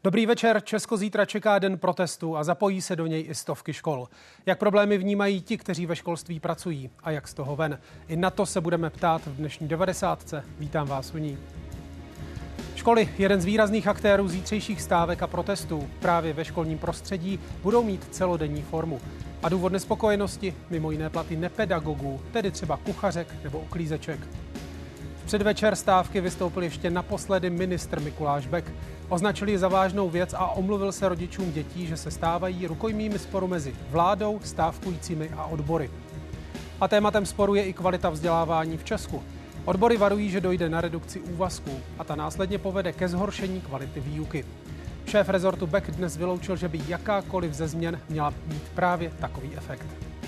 Dobrý večer, Česko zítra čeká den protestu a zapojí se do něj i stovky škol. Jak problémy vnímají ti, kteří ve školství pracují a jak z toho ven? I na to se budeme ptát v dnešní 90. Vítám vás u ní. Školy, jeden z výrazných aktérů zítřejších stávek a protestů, právě ve školním prostředí budou mít celodenní formu. A důvod nespokojenosti, mimo jiné platy nepedagogů, tedy třeba kuchařek nebo uklízeček. V předvečer stávky vystoupil ještě naposledy ministr Mikuláš Bek. Označil ji za vážnou věc a omluvil se rodičům dětí, že se stávají rukojmími sporu mezi vládou, stávkujícími a odbory. A tématem sporu je i kvalita vzdělávání v Česku. Odbory varují, že dojde na redukci úvazků a ta následně povede ke zhoršení kvality výuky. Šéf rezortu Bek dnes vyloučil, že by jakákoliv ze změn měla mít právě takový efekt.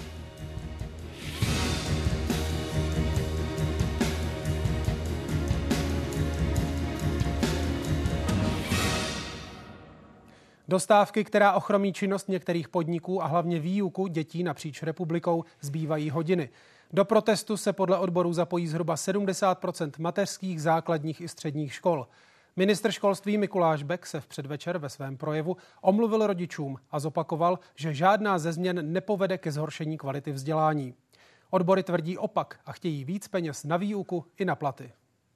Do stávky, která ochromí činnost některých podniků a hlavně výuku dětí napříč republikou, zbývají hodiny. Do protestu se podle odborů zapojí zhruba 70% mateřských, základních i středních škol. Ministr školství Mikuláš Bek se v předvečer ve svém projevu omluvil rodičům a zopakoval, že žádná ze změn nepovede ke zhoršení kvality vzdělání. Odbory tvrdí opak a chtějí víc peněz na výuku i na platy.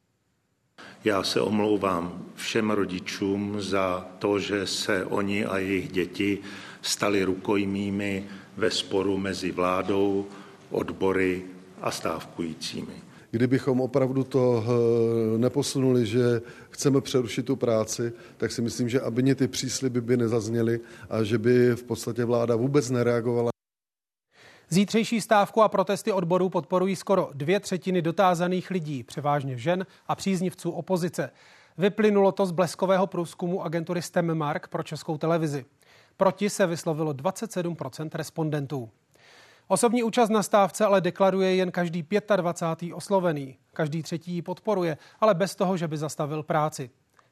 Já se omlouvám všem rodičům za to, že se oni a jejich děti stali rukojmími ve sporu mezi vládou, odbory a stávkujícími. Kdybychom opravdu to neposunuli, že chceme přerušit tu práci, tak si myslím, že aby ty přísliby by nezazněly a že by v podstatě vláda vůbec nereagovala. Zítřejší stávku a protesty odborů podporují skoro 2/3 dotázaných lidí, převážně žen a příznivců opozice. Vyplynulo to z bleskového průzkumu agentury STEMmark pro Českou televizi. Proti se vyslovilo 27% respondentů. Osobní účast na stávce ale deklaruje jen každý 25. oslovený. Každý třetí ji podporuje, ale bez toho, že by zastavil práci.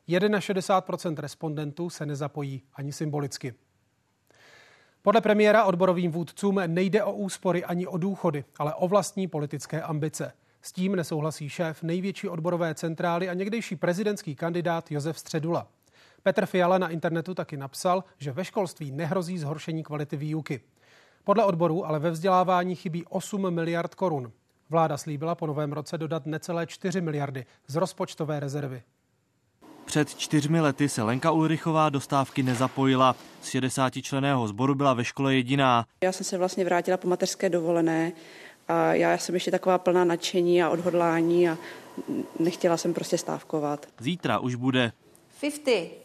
61% respondentů se nezapojí ani symbolicky. Podle premiéra odborovým vůdcům nejde o úspory ani o důchody, ale o vlastní politické ambice. S tím nesouhlasí šéf největší odborové centrály a někdejší prezidentský kandidát Josef Středula. Petr Fiala na internetu taky napsal, že ve školství nehrozí zhoršení kvality výuky. Podle odborů ale ve vzdělávání chybí 8 miliard korun. Vláda slíbila po novém roce dodat necelé 4 miliardy z rozpočtové rezervy. Před 4 lety se Lenka Ulrichová do stávky nezapojila. Z 60členného sboru byla ve škole jediná. Já jsem se vlastně vrátila po mateřské dovolené a já jsem ještě taková plná nadšení a odhodlání a nechtěla jsem prostě stávkovat. Zítra už bude 50.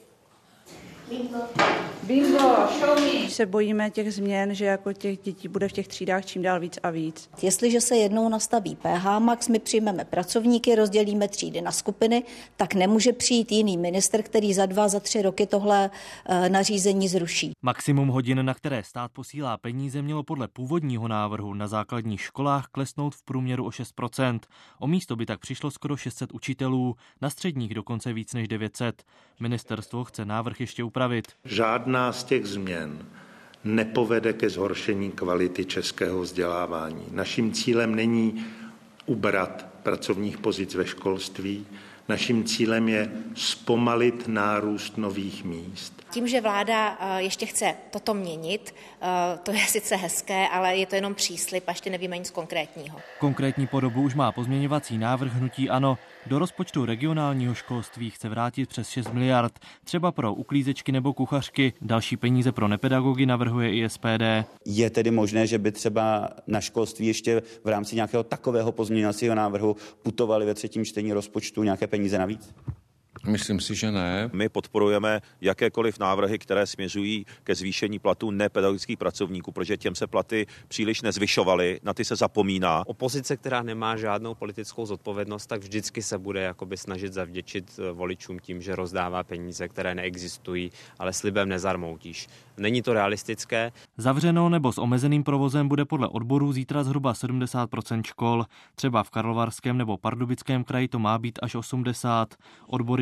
Bingo, show me. Se bojíme těch změn, že jako těch dětí bude v těch třídách čím dál víc a víc. Jestliže se jednou nastaví PH Max, my přijmeme pracovníky, rozdělíme třídy na skupiny, tak nemůže přijít jiný ministr, který za 2, za 3 roky tohle nařízení zruší. Maximum hodin, na které stát posílá peníze, mělo podle původního návrhu na základních školách klesnout v průměru o 6%. O místo by tak přišlo skoro 600 učitelů, na středních dokonce víc než 900. Ministerstvo chce návrh ještě upravit. Žádná z těch změn nepovede ke zhoršení kvality českého vzdělávání. Naším cílem není ubrat pracovních pozic ve školství. Naším cílem je zpomalit nárůst nových míst. Tím, že vláda ještě chce toto měnit, to je sice hezké, ale je to jenom příslib a ještě nevíme nic konkrétního. Konkrétní podobu už má pozměňovací návrh hnutí ANO. Do rozpočtu regionálního školství chce vrátit přes 6 miliard, třeba pro uklízečky nebo kuchařky. Další peníze pro nepedagogy navrhuje i SPD. Je tedy možné, že by třeba na školství ještě v rámci nějakého takového pozměňovacího návrhu putovaly ve třetím čtení rozpočtu nějaké peníze navíc? Myslím si, že ne. My podporujeme jakékoliv návrhy, které směřují ke zvýšení platů nepedagogických pracovníků, protože těm se platy příliš nezvyšovaly, na ty se zapomíná. Opozice, která nemá žádnou politickou zodpovědnost, tak vždycky se bude jakoby snažit zavděčit voličům tím, že rozdává peníze, které neexistují, ale slibem nezarmoutíš. Není to realistické. Zavřeno nebo s omezeným provozem bude podle odborů zítra zhruba 70% škol. Třeba v Karlovarském nebo Pardubickém kraji to má být až 80. Odbory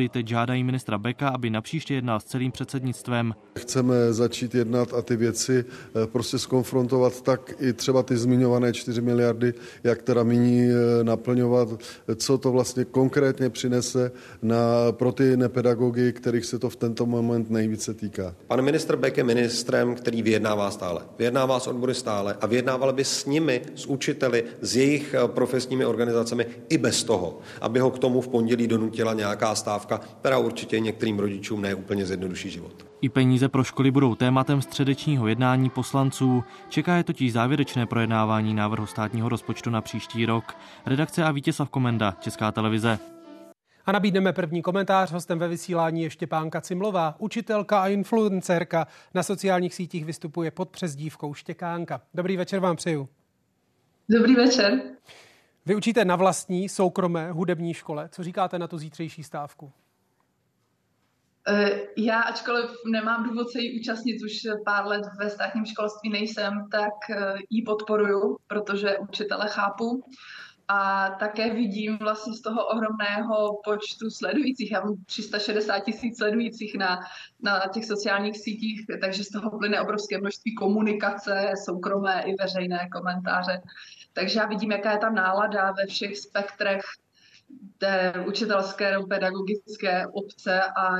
odbory teď žádají ministra Beka, aby napříště jednal s celým předsednictvem. Chceme začít jednat a ty věci prostě zkonfrontovat tak i třeba ty zmiňované 4 miliardy, jak teda míní naplňovat, co to vlastně konkrétně přinese pro ty nepedagogy, kterých se to v tento moment nejvíce týká. Pan ministr Bek je ministrem, který vyjednává stále. Vyjednává s odbory stále a vyjednával by s nimi, s učiteli, s jejich profesními organizacemi i bez toho, aby ho k tomu v pondělí donutila nějaká stávka, která určitě některým rodičům ne úplně zjednoduší život. I peníze pro školy budou tématem středečního jednání poslanců. Čeká je totiž závěrečné projednávání návrhu státního rozpočtu na příští rok. Redakce a Vítězslav Komenda, Česká televize. A nabídneme první komentář. Hostem ve vysílání je Štěpánka Cimlová, učitelka a influencerka. Na sociálních sítích vystupuje pod přezdívkou Štěkánka. Dobrý večer vám přeju. Dobrý večer. Vy učíte na vlastní soukromé hudební škole. Co říkáte na tu zítřejší stávku? Já, ačkoliv nemám důvod se jí účastnit, už pár let ve státním školství nejsem, tak ji podporuju, protože učitele chápu. A také vidím vlastně z toho ohromného počtu sledujících. Já mám 360 000 sledujících na těch sociálních sítích, takže z toho plyne obrovské množství komunikace, soukromé i veřejné komentáře. Takže já vidím, jaká je ta nálada ve všech spektrech té učitelské nebo pedagogické obce a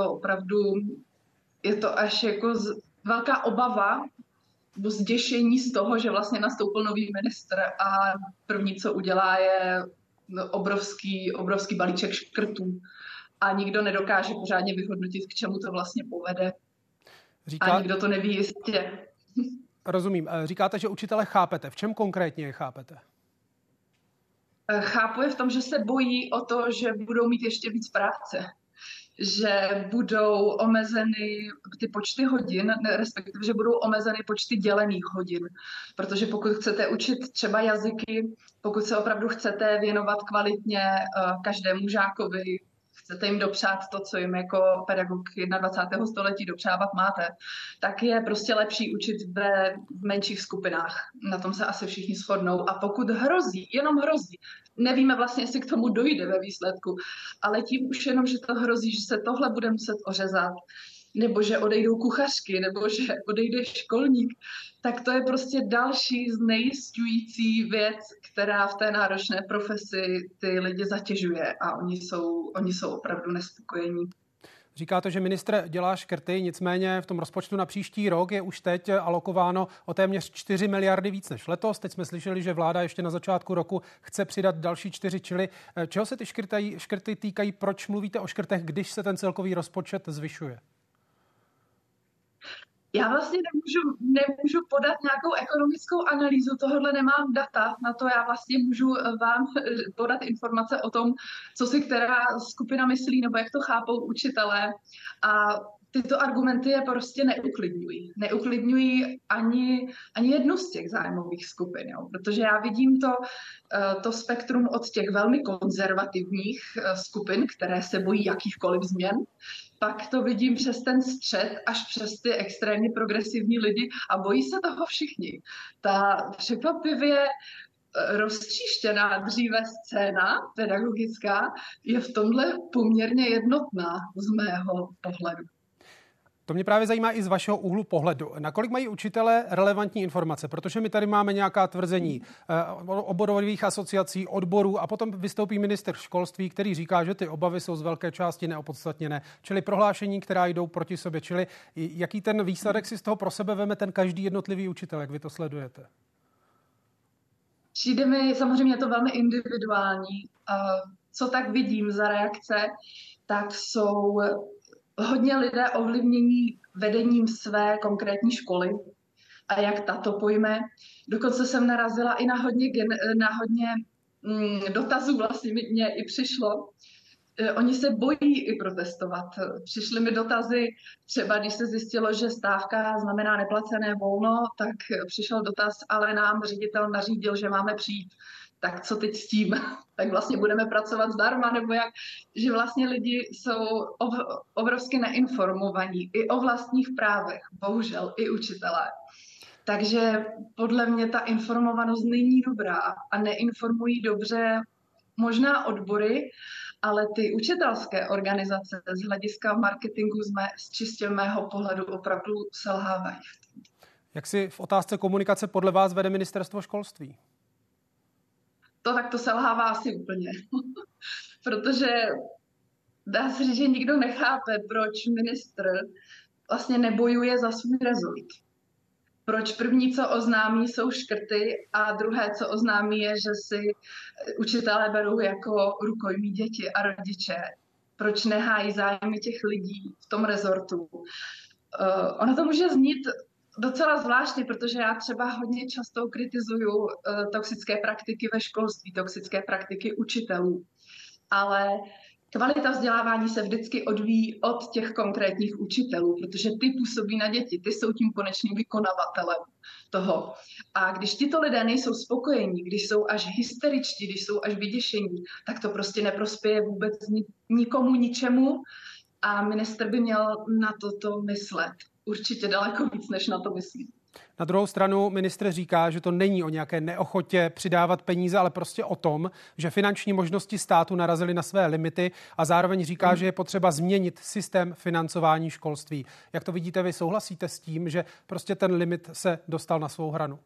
je to až jako velká obava, zděšení z toho, že vlastně nastoupil nový ministr a první, co udělá, je obrovský balíček škrtů a nikdo nedokáže pořádně vyhodnotit, k čemu to vlastně povede. A nikdo to neví jistě. Rozumím. Říkáte, že učitele chápete. V čem konkrétně je chápete? Chápu je v tom, že se bojí o to, že budou mít ještě víc práce. Že budou omezeny ty počty hodin, respektive, že budou omezeny počty dělených hodin. Protože pokud chcete učit třeba jazyky, pokud se opravdu chcete věnovat kvalitně každému žákovi, chcete jim dopřát to, co jim jako pedagog 21. století dopřávat máte, tak je prostě lepší učit v menších skupinách. Na tom se asi všichni shodnou. A pokud jenom hrozí, nevíme vlastně, jestli k tomu dojde ve výsledku, ale tím už jenom, že to hrozí, že se tohle bude muset ořezat, nebo že odejdou kuchařky, nebo že odejde školník, tak to je prostě další znejišťující věc, která v té náročné profesi ty lidi zatěžuje a oni jsou opravdu nespokojení. Říkáte, že ministr dělá škrty, nicméně v tom rozpočtu na příští rok je už teď alokováno o téměř 4 miliardy víc než letos. Teď jsme slyšeli, že vláda ještě na začátku roku chce přidat další 4, čili čeho se ty škrty týkají, proč mluvíte o škrtech, když se ten celkový rozpočet zvyšuje? Já vlastně nemůžu podat nějakou ekonomickou analýzu, tohohle nemám data, na to já vlastně můžu vám podat informace o tom, co si která skupina myslí, nebo jak to chápou učitelé. A tyto argumenty je prostě neuklidňují. Neuklidňují ani jednu z těch zájmových skupin, jo? Protože já vidím to spektrum od těch velmi konzervativních skupin, které se bojí jakýchkoliv změn, pak to vidím přes ten střed až přes ty extrémně progresivní lidi a bojí se toho všichni. Ta překvapivě roztříštěná dříve scéna pedagogická je v tomhle poměrně jednotná z mého pohledu. To mě právě zajímá i z vašeho úhlu pohledu. Nakolik mají učitelé relevantní informace? Protože my tady máme nějaká tvrzení oborových asociací, odborů a potom vystoupí ministr školství, který říká, že ty obavy jsou z velké části neopodstatněné. Čili prohlášení, která jdou proti sobě. Čili jaký ten výsledek si z toho pro sebe veme ten každý jednotlivý učitel, jak vy to sledujete? Přijde mi samozřejmě to velmi individuální. Co tak vidím za reakce, tak jsou hodně lidé ovlivnění vedením své konkrétní školy a jak tato pojme. Dokonce jsem narazila i na hodně dotazů, vlastně mě i přišlo. Oni se bojí i protestovat. Přišly mi dotazy, třeba když se zjistilo, že stávka znamená neplacené volno, tak přišel dotaz, ale nám ředitel nařídil, že máme přijít. Tak co teď s tím? Tak vlastně budeme pracovat zdarma, nebo jak? Že vlastně lidi jsou obrovsky neinformovaní i o vlastních právech, bohužel i učitelé. Takže podle mě ta informovanost není dobrá a neinformují dobře možná odbory, ale ty učitelské organizace z hlediska marketingu z čistě mého pohledu opravdu selhávají. Jak si v otázce komunikace podle vás vede ministerstvo školství? To selhává asi úplně. Protože dá se říct, že nikdo nechápe, proč ministr vlastně nebojuje za svůj rezort. Proč první, co oznámí, jsou škrty a druhé, co oznámí, je, že si učitelé berou jako rukojmí děti a rodiče. Proč nehájí zájmy těch lidí v tom rezortu? Ono to může znít docela zvláštně, protože já třeba hodně často kritizuju toxické praktiky ve školství, toxické praktiky učitelů. Ale kvalita vzdělávání se vždycky odvíjí od těch konkrétních učitelů, protože ty působí na děti, ty jsou tím konečným vykonavatelem toho. A když tito lidé nejsou spokojení, když jsou až hysteričtí, když jsou až vyděšení, tak to prostě neprospěje vůbec nikomu, ničemu. A ministr by měl na toto myslet. Určitě daleko víc, než na to myslí. Na druhou stranu ministr říká, že to není o nějaké neochotě přidávat peníze, ale prostě o tom, že finanční možnosti státu narazily na své limity a zároveň říká, že je potřeba změnit systém financování školství. Jak to vidíte vy? Souhlasíte s tím, že prostě ten limit se dostal na svou hranu?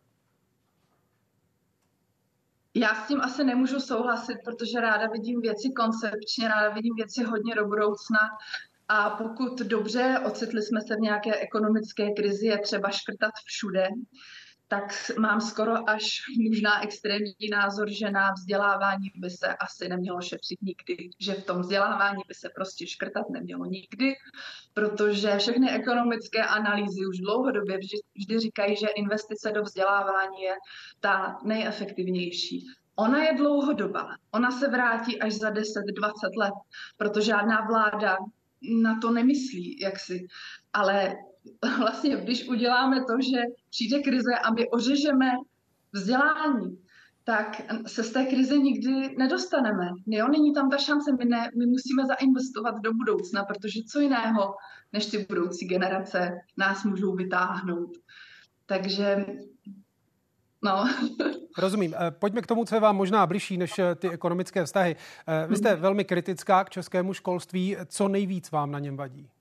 Já s tím asi nemůžu souhlasit, protože ráda vidím věci koncepčně, ráda vidím věci hodně do budoucna. A pokud dobře, ocitli jsme se v nějaké ekonomické krizi, je třeba škrtat všude, tak mám skoro až možná extrémní názor, že na vzdělávání by se asi nemělo šetřit nikdy, že v tom vzdělávání by se prostě škrtat nemělo nikdy, protože všechny ekonomické analýzy už dlouhodobě vždy říkají, že investice do vzdělávání je ta nejefektivnější. Ona je dlouhodobá, ona se vrátí až za 10-20 let, protože žádná vláda na to nemyslí, jaksi. Ale vlastně, když uděláme to, že přijde krize a my ořežeme vzdělání, tak se z té krize nikdy nedostaneme. Jo, není tam ta šance, my musíme zainvestovat do budoucna, protože co jiného, než ty budoucí generace nás můžou vytáhnout. Takže no. Rozumím. Pojďme k tomu, co je vám možná bližší než ty ekonomické vztahy. Vy jste velmi kritická k českému školství. Co nejvíc vám na něm vadí?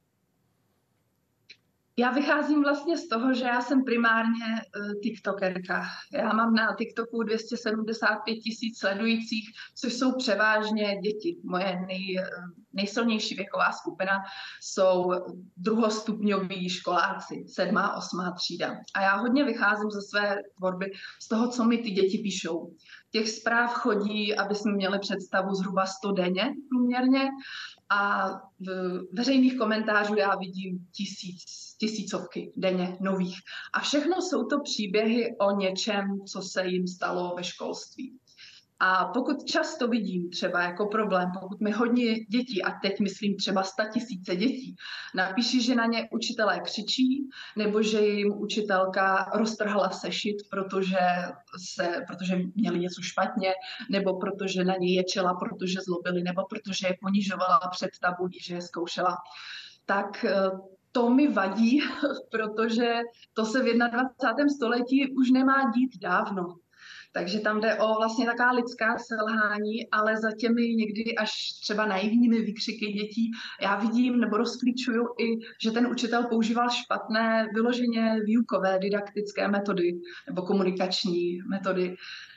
Já vycházím vlastně z toho, že já jsem primárně tiktokerka. Já mám na TikToku 275 000 sledujících, což jsou převážně děti. Moje nejsilnější věková skupina jsou druhostupňoví školáci, 7. a 8. třída. A já hodně vycházím ze své tvorby z toho, co mi ty děti píšou. Těch zpráv chodí, aby jsme měli představu, zhruba 100 denně průměrně. A v veřejných komentářů já vidím tisícovky denně nových. A všechno jsou to příběhy o něčem, co se jim stalo ve školství. A pokud často vidím třeba jako problém, pokud mi hodně dětí, a teď myslím třeba 100 000 dětí, napíší, že na ně učitelé křičí, nebo že jim učitelka roztrhala sešit, protože měli něco špatně, nebo protože na ně ječela, protože zlobili, nebo protože je ponižovala před tabulí, že je zkoušela, tak to mi vadí, protože to se v 21. století už nemá dít dávno. Takže tam jde o vlastně taková lidská selhání, ale za těmi někdy až třeba naivními výkřiky dětí já vidím nebo rozklíčuju i, že ten učitel používal špatné vyloženě výukové didaktické metody nebo komunikační metody,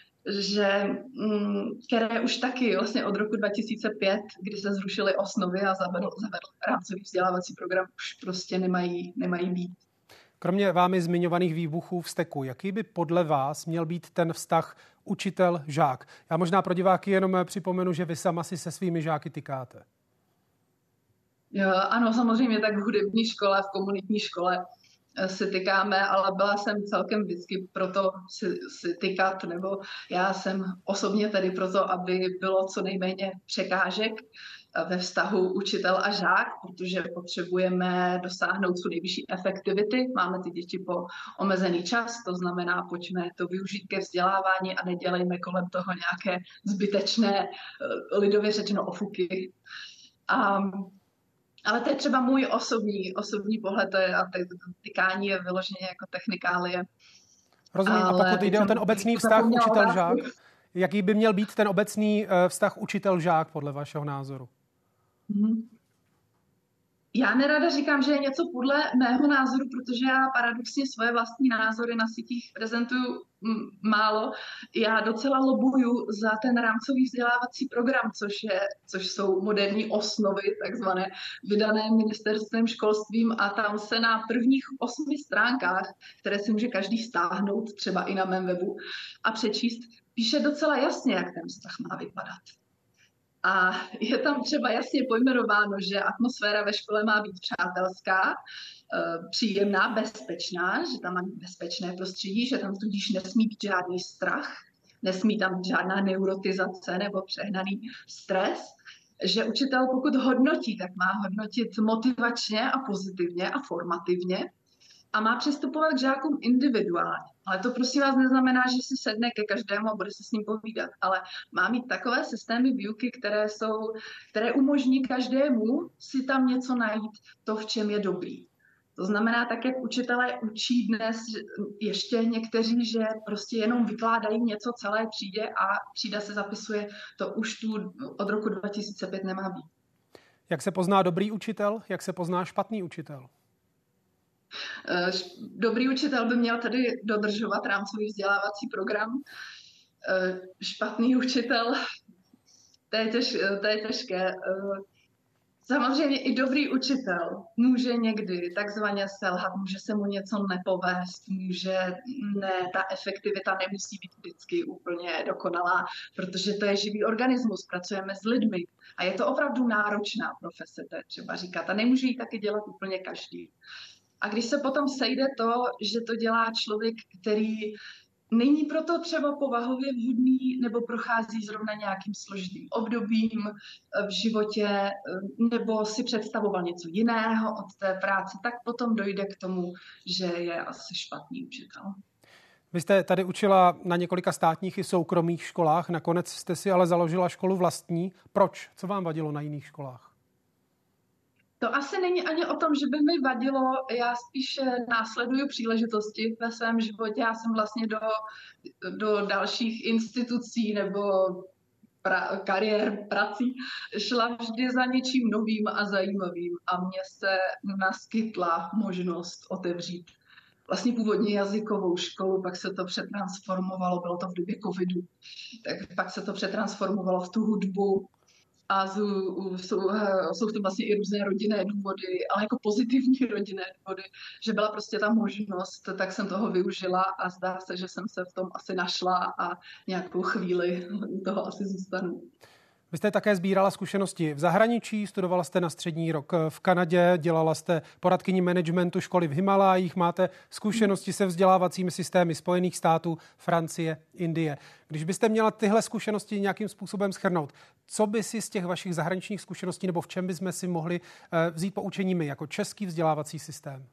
které už taky vlastně od roku 2005, kdy se zrušily osnovy a zavedl rámcový vzdělávací program, už prostě nemají být. Kromě vámi zmiňovaných výbuchů vzteku, jaký by podle vás měl být ten vztah učitel-žák? Já možná pro diváky jenom připomenu, že vy sama si se svými žáky tykáte. Jo, ano, samozřejmě tak v hudební škole, v komunitní škole si tykáme, ale byla jsem celkem vždycky proto si tykat, nebo já jsem osobně tedy proto, aby bylo co nejméně překážek ve vztahu učitel a žák, protože potřebujeme dosáhnout co nejvyšší efektivity. Máme ty děti po omezený čas, to znamená, pojďme to využít ke vzdělávání a nedělejme kolem toho nějaké zbytečné, lidově řečeno, ofuky. Ale to je třeba můj osobní pohled, a tykání je vyloženě jako technikálie. Rozumím. A pokud jde o ten obecný vztah učitel-žák, Jaký by měl být ten obecný vztah učitel-žák podle vašeho názoru? Já nerada říkám, že je něco podle mého názoru, protože já paradoxně svoje vlastní názory na sítích prezentuju málo. Já docela lobuju za ten rámcový vzdělávací program, což jsou moderní osnovy, takzvané, vydané ministerstvem školstvím, a tam se na prvních 8 stránkách, které si může každý stáhnout, třeba i na mém webu, a přečíst, píše docela jasně, jak ten vztah má vypadat. A je tam třeba jasně pojmenováno, že atmosféra ve škole má být přátelská, příjemná, bezpečná, že tam má být bezpečné prostředí, že tam tudíž nesmí být žádný strach, nesmí tam být žádná neurotizace nebo přehnaný stres, že učitel, pokud hodnotí, tak má hodnotit motivačně a pozitivně a formativně a má přistupovat k žákům individuálně. Ale to prosím vás neznamená, že si sedne ke každému a bude se s ním povídat, ale má mít takové systémy výuky, které umožní každému si tam něco najít, to, v čem je dobrý. To znamená, tak jak učitelé učí dnes ještě někteří, že prostě jenom vykládají něco celé třídě a třída se zapisuje, to už tu od roku 2005 nemá být. Jak se pozná dobrý učitel, jak se pozná špatný učitel? Dobrý učitel by měl tedy dodržovat rámcový vzdělávací program. Špatný učitel, to je těžké. Samozřejmě i dobrý učitel může někdy takzvaně selhat, může se mu něco nepovést, ta efektivita nemusí být vždycky úplně dokonalá, protože to je živý organismus, pracujeme s lidmi a je to opravdu náročná profese, to je třeba říkat, a nemůže ji taky dělat úplně každý. A když se potom sejde to, že to dělá člověk, který není proto třeba povahově vhodný nebo prochází zrovna nějakým složitým obdobím v životě nebo si představoval něco jiného od té práce, tak potom dojde k tomu, že je asi špatný učitel. Vy jste tady učila na několika státních i soukromých školách, nakonec jste si ale založila školu vlastní. Proč? Co vám vadilo na jiných školách? To asi není ani o tom, že by mi vadilo, já spíše následuju příležitosti ve svém životě. Já jsem vlastně do dalších institucí nebo kariér, prací šla vždy za něčím novým a zajímavým a mně se naskytla možnost otevřít vlastně původně jazykovou školu, pak se to přetransformovalo, bylo to v době covidu, tak pak se to přetransformovalo v tu hudbu. A jsou v tom vlastně i různé rodinné důvody, ale jako pozitivní rodinné důvody, že byla prostě ta možnost, tak jsem toho využila a zdá se, že jsem se v tom asi našla a nějakou chvíli toho asi zůstanu. Vy jste také sbírala zkušenosti v zahraničí, studovala jste na střední rok v Kanadě, dělala jste poradkyni managementu školy v Himalájích, máte zkušenosti se vzdělávacími systémy Spojených států, Francie, Indie. Když byste měla tyhle zkušenosti nějakým způsobem shrnout, co by si z těch vašich zahraničních zkušeností nebo v čem bychom si mohli vzít poučení my jako český vzdělávací systém?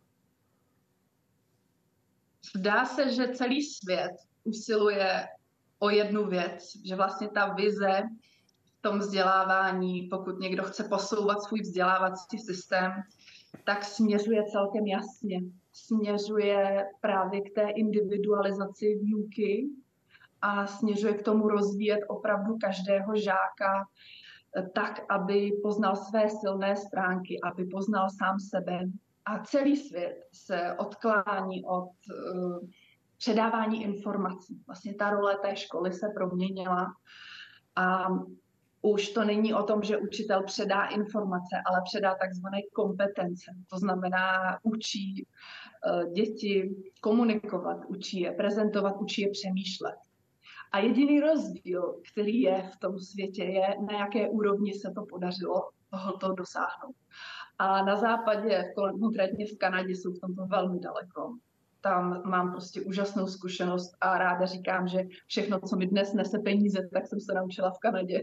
Zdá se, že celý svět usiluje o jednu věc, že vlastně ta vize v tom vzdělávání, pokud někdo chce posouvat svůj vzdělávací systém, tak směřuje celkem jasně. Směřuje právě k té individualizaci výuky a směřuje k tomu rozvíjet opravdu každého žáka tak, aby poznal své silné stránky, aby poznal sám sebe. A celý svět se odklání od předávání informací. Vlastně ta role té školy se proměnila a už to není o tom, že učitel předá informace, ale předá takzvané kompetence. To znamená, učí děti komunikovat, učí je prezentovat, učí je přemýšlet. A jediný rozdíl, který je v tom světě, je, na jaké úrovni se to podařilo tohoto dosáhnout. A na západě, konkrétně v Kanadě, jsou v tomto velmi daleko. Tam mám prostě úžasnou zkušenost a ráda říkám, že všechno, co mi dnes nese peníze, tak jsem se naučila v Kanadě.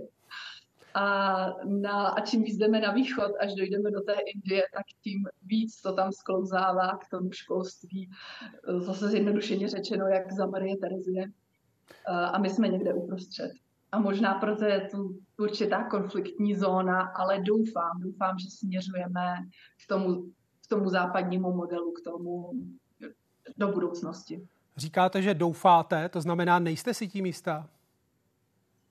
A čím víc jdeme na východ, až dojdeme do té Indie, tak tím víc to tam sklouzává k tomu školství. Zase zjednodušeně řečeno, jak za Marie Terezie. A my jsme někde uprostřed. A možná proto je tu určitá konfliktní zóna, ale doufám, že směřujeme k tomu západnímu modelu, k tomu do budoucnosti. Říkáte, že doufáte, to znamená, nejste si tím jistá?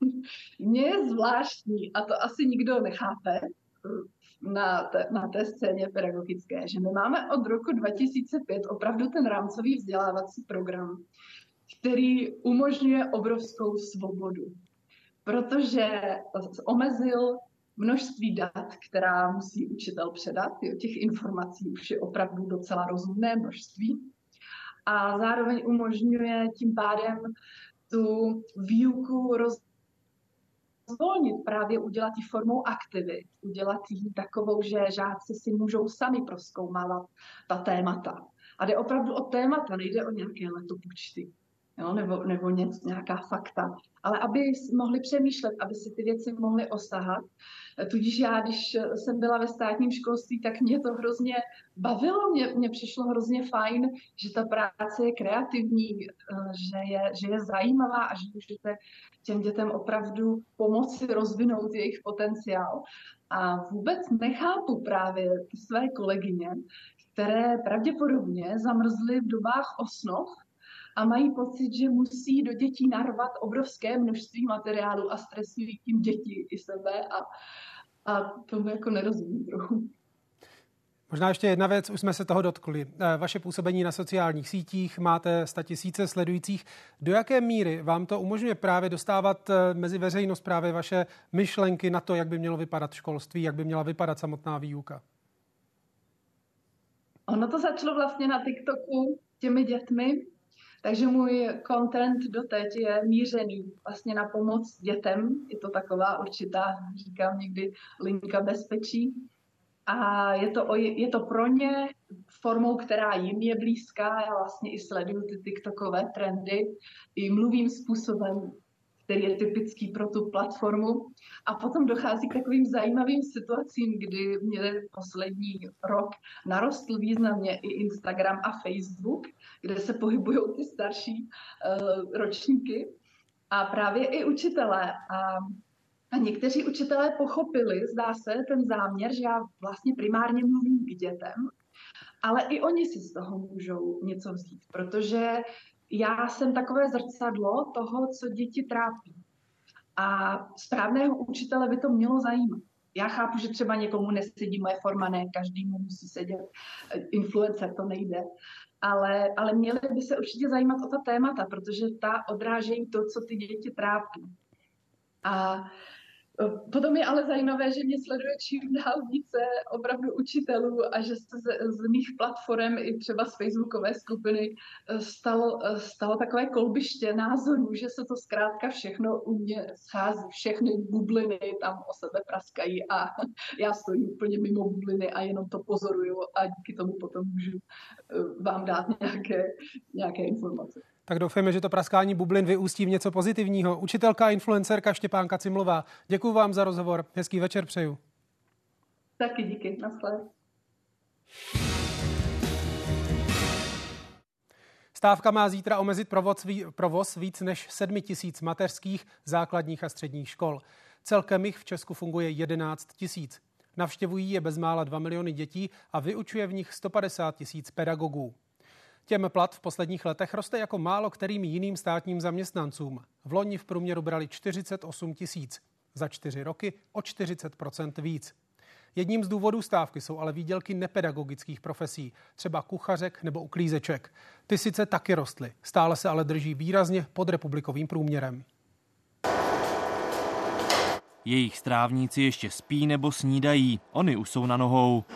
Mně je zvláštní, a to asi nikdo nechápe na té scéně pedagogické, že my máme od roku 2005 opravdu ten rámcový vzdělávací program, který umožňuje obrovskou svobodu, protože omezil množství dat, která musí učitel předat. Těch informací už je opravdu docela rozumné množství. A zároveň umožňuje tím pádem tu výuku rozvolnit, právě udělat ji formou aktivit, udělat ji takovou, že žáci si můžou sami prozkoumávat ta témata. A jde opravdu o témata, nejde o nějaké letopočty, jo, nebo nějaká fakta, ale aby mohli přemýšlet, aby si ty věci mohli osahat. Tudíž já, když jsem byla ve státním školství, tak mě to hrozně bavilo, mně přišlo hrozně fajn, že ta práce je kreativní, že je zajímavá a že můžete těm dětem opravdu pomoci rozvinout jejich potenciál. A vůbec nechápu právě své kolegyně, které pravděpodobně zamrzly v dobách osnov a mají pocit, že musí do dětí narvat obrovské množství materiálu a stresují tím děti i sebe a tomu jako nerozumím trochu. Možná ještě jedna věc, už jsme se toho dotkli. Vaše působení na sociálních sítích, máte 100 000 sledujících. Do jaké míry vám to umožňuje právě dostávat mezi veřejnost právě vaše myšlenky na to, jak by mělo vypadat školství, jak by měla vypadat samotná výuka? Ono to začalo vlastně na TikToku těmi dětmi, takže můj content doteď je mířený vlastně na pomoc dětem. Je to taková určitá, říkám někdy, linka bezpečí. A je to pro ně formou, která jim je blízká. Já vlastně i sleduju ty TikTokové trendy, i mluvím způsobem, který je typický pro tu platformu. A potom dochází k takovým zajímavým situacím, kdy mě poslední rok narostl významně i Instagram a Facebook, kde se pohybují ty starší ročníky. A právě i učitelé. A někteří učitelé pochopili, zdá se, ten záměr, že já vlastně primárně mluvím k dětem, ale i oni si z toho můžou něco vzít, protože já jsem takové zrcadlo toho, co děti trápí. A správného učitele by to mělo zajímat. Já chápu, že třeba někomu nesedí moje forma, ne každému musí sedět influencer, to nejde. Ale měli by se určitě zajímat o ta témata, protože ta odrážejí to, co ty děti trápí. A potom je ale zajímavé, že mě sleduje čím dál více opravdu učitelů a že se z mých platform i třeba z facebookové skupiny stalo takové kolbiště názorů, že se to zkrátka všechno u mě schází, všechny bubliny tam o sebe praskají a já stojím úplně mimo bubliny a jenom to pozoruju a díky tomu potom můžu vám dát nějaké informace. Tak doufejme, že to praskání bublin vyústí v něco pozitivního. Učitelka a influencerka Štěpánka Cimlová. Děkuji vám za rozhovor. Hezký večer přeju. Taky díky. Naschle. Stávka má zítra omezit provoz víc než 7 000 mateřských, základních a středních škol. Celkem jich v Česku funguje 11 000. Navštěvují je bezmála 2 miliony dětí a vyučuje v nich 150 000 pedagogů. Těm plat v posledních letech roste jako málo kterým jiným státním zaměstnancům. V loni v průměru brali 48 000. Za 4 roky o 40% víc. Jedním z důvodů stávky jsou ale výdělky nepedagogických profesí, třeba kuchařek nebo uklízeček. Ty sice taky rostly, stále se ale drží výrazně pod republikovým průměrem. Jejich strávníci ještě spí nebo snídají, oni už jsou na nohou.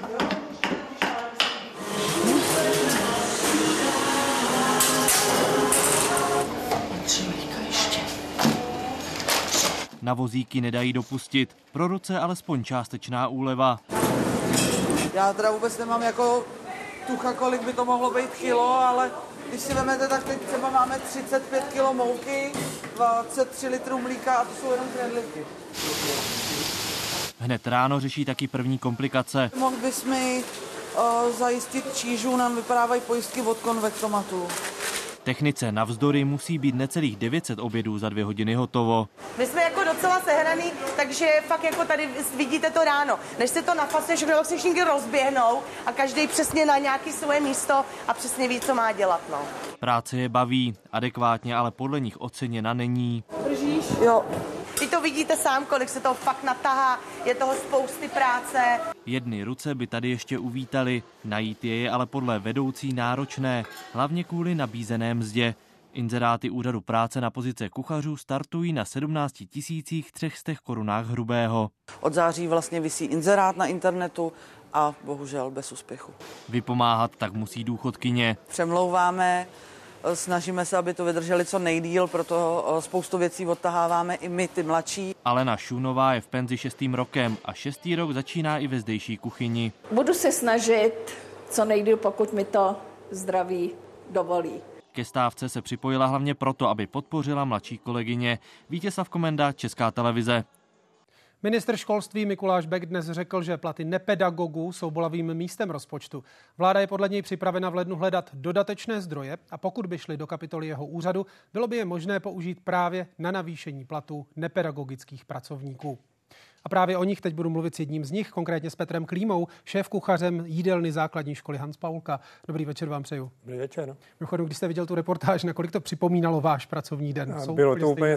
Na vozíky nedají dopustit, pro ruce alespoň částečná úleva. Já teda vůbec nemám jako tucha, kolik by to mohlo být kilo, ale když si vezmete, tak teď třeba máme 35 kilo mouky, 23 litrů mlíka a to jsou jenom knedlíky. Hned ráno řeší taky první komplikace. Mohl bys mi zajistit čížu, nám vypadávají pojistky od konvektomatu. Technice navzdory musí být necelých 900 obědů za 2 hodiny hotovo. My jsme jako docela sehraný, takže fakt jako tady vidíte to ráno. Než se to nafasuje, všechny oxyšníky rozběhnou a každý přesně na nějaké svoje místo a přesně ví, co má dělat. No. Práce je baví, adekvátně, ale podle nich oceněna není. Držíš? Jo. Vy to vidíte sám, kolik se toho fakt natahá, je toho spousty práce. Jedny ruce by tady ještě uvítali, najít je ale podle vedoucí náročné, hlavně kvůli nabízené mzdě. Inzeráty úřadu práce na pozice kuchařů startují na 17 300 korunách hrubého. Od září vlastně visí inzerát na internetu a bohužel bez úspěchu. Vypomáhat tak musí důchodkyně. Přemlouváme, snažíme se, aby to vydrželi co nejdýl, proto spoustu věcí odtaháváme i my, ty mladší. Alena Šunová je v penzi 6. rokem a 6. rok začíná i ve zdejší kuchyni. Budu se snažit co nejdýl, pokud mi to zdraví dovolí. Ke stávce se připojila hlavně proto, aby podpořila mladší kolegyně. Vítězslav Komenda, Česká televize. Ministr školství Mikuláš Bek dnes řekl, že platy nepedagogů jsou bolavým místem rozpočtu. Vláda je podle něj připravena v lednu hledat dodatečné zdroje a pokud by šly do kapitoly jeho úřadu, bylo by je možné použít právě na navýšení platů nepedagogických pracovníků. A právě o nich teď budu mluvit s jedním z nich, konkrétně s Petrem Klímou, šéfkuchařem jídelny základní školy Hans Paulka. Dobrý večer vám přeju. Dobrý večer. Mimochodem, když jste viděl tu reportáž, nakolik to připomínalo váš pracovní den? Bylo to úplně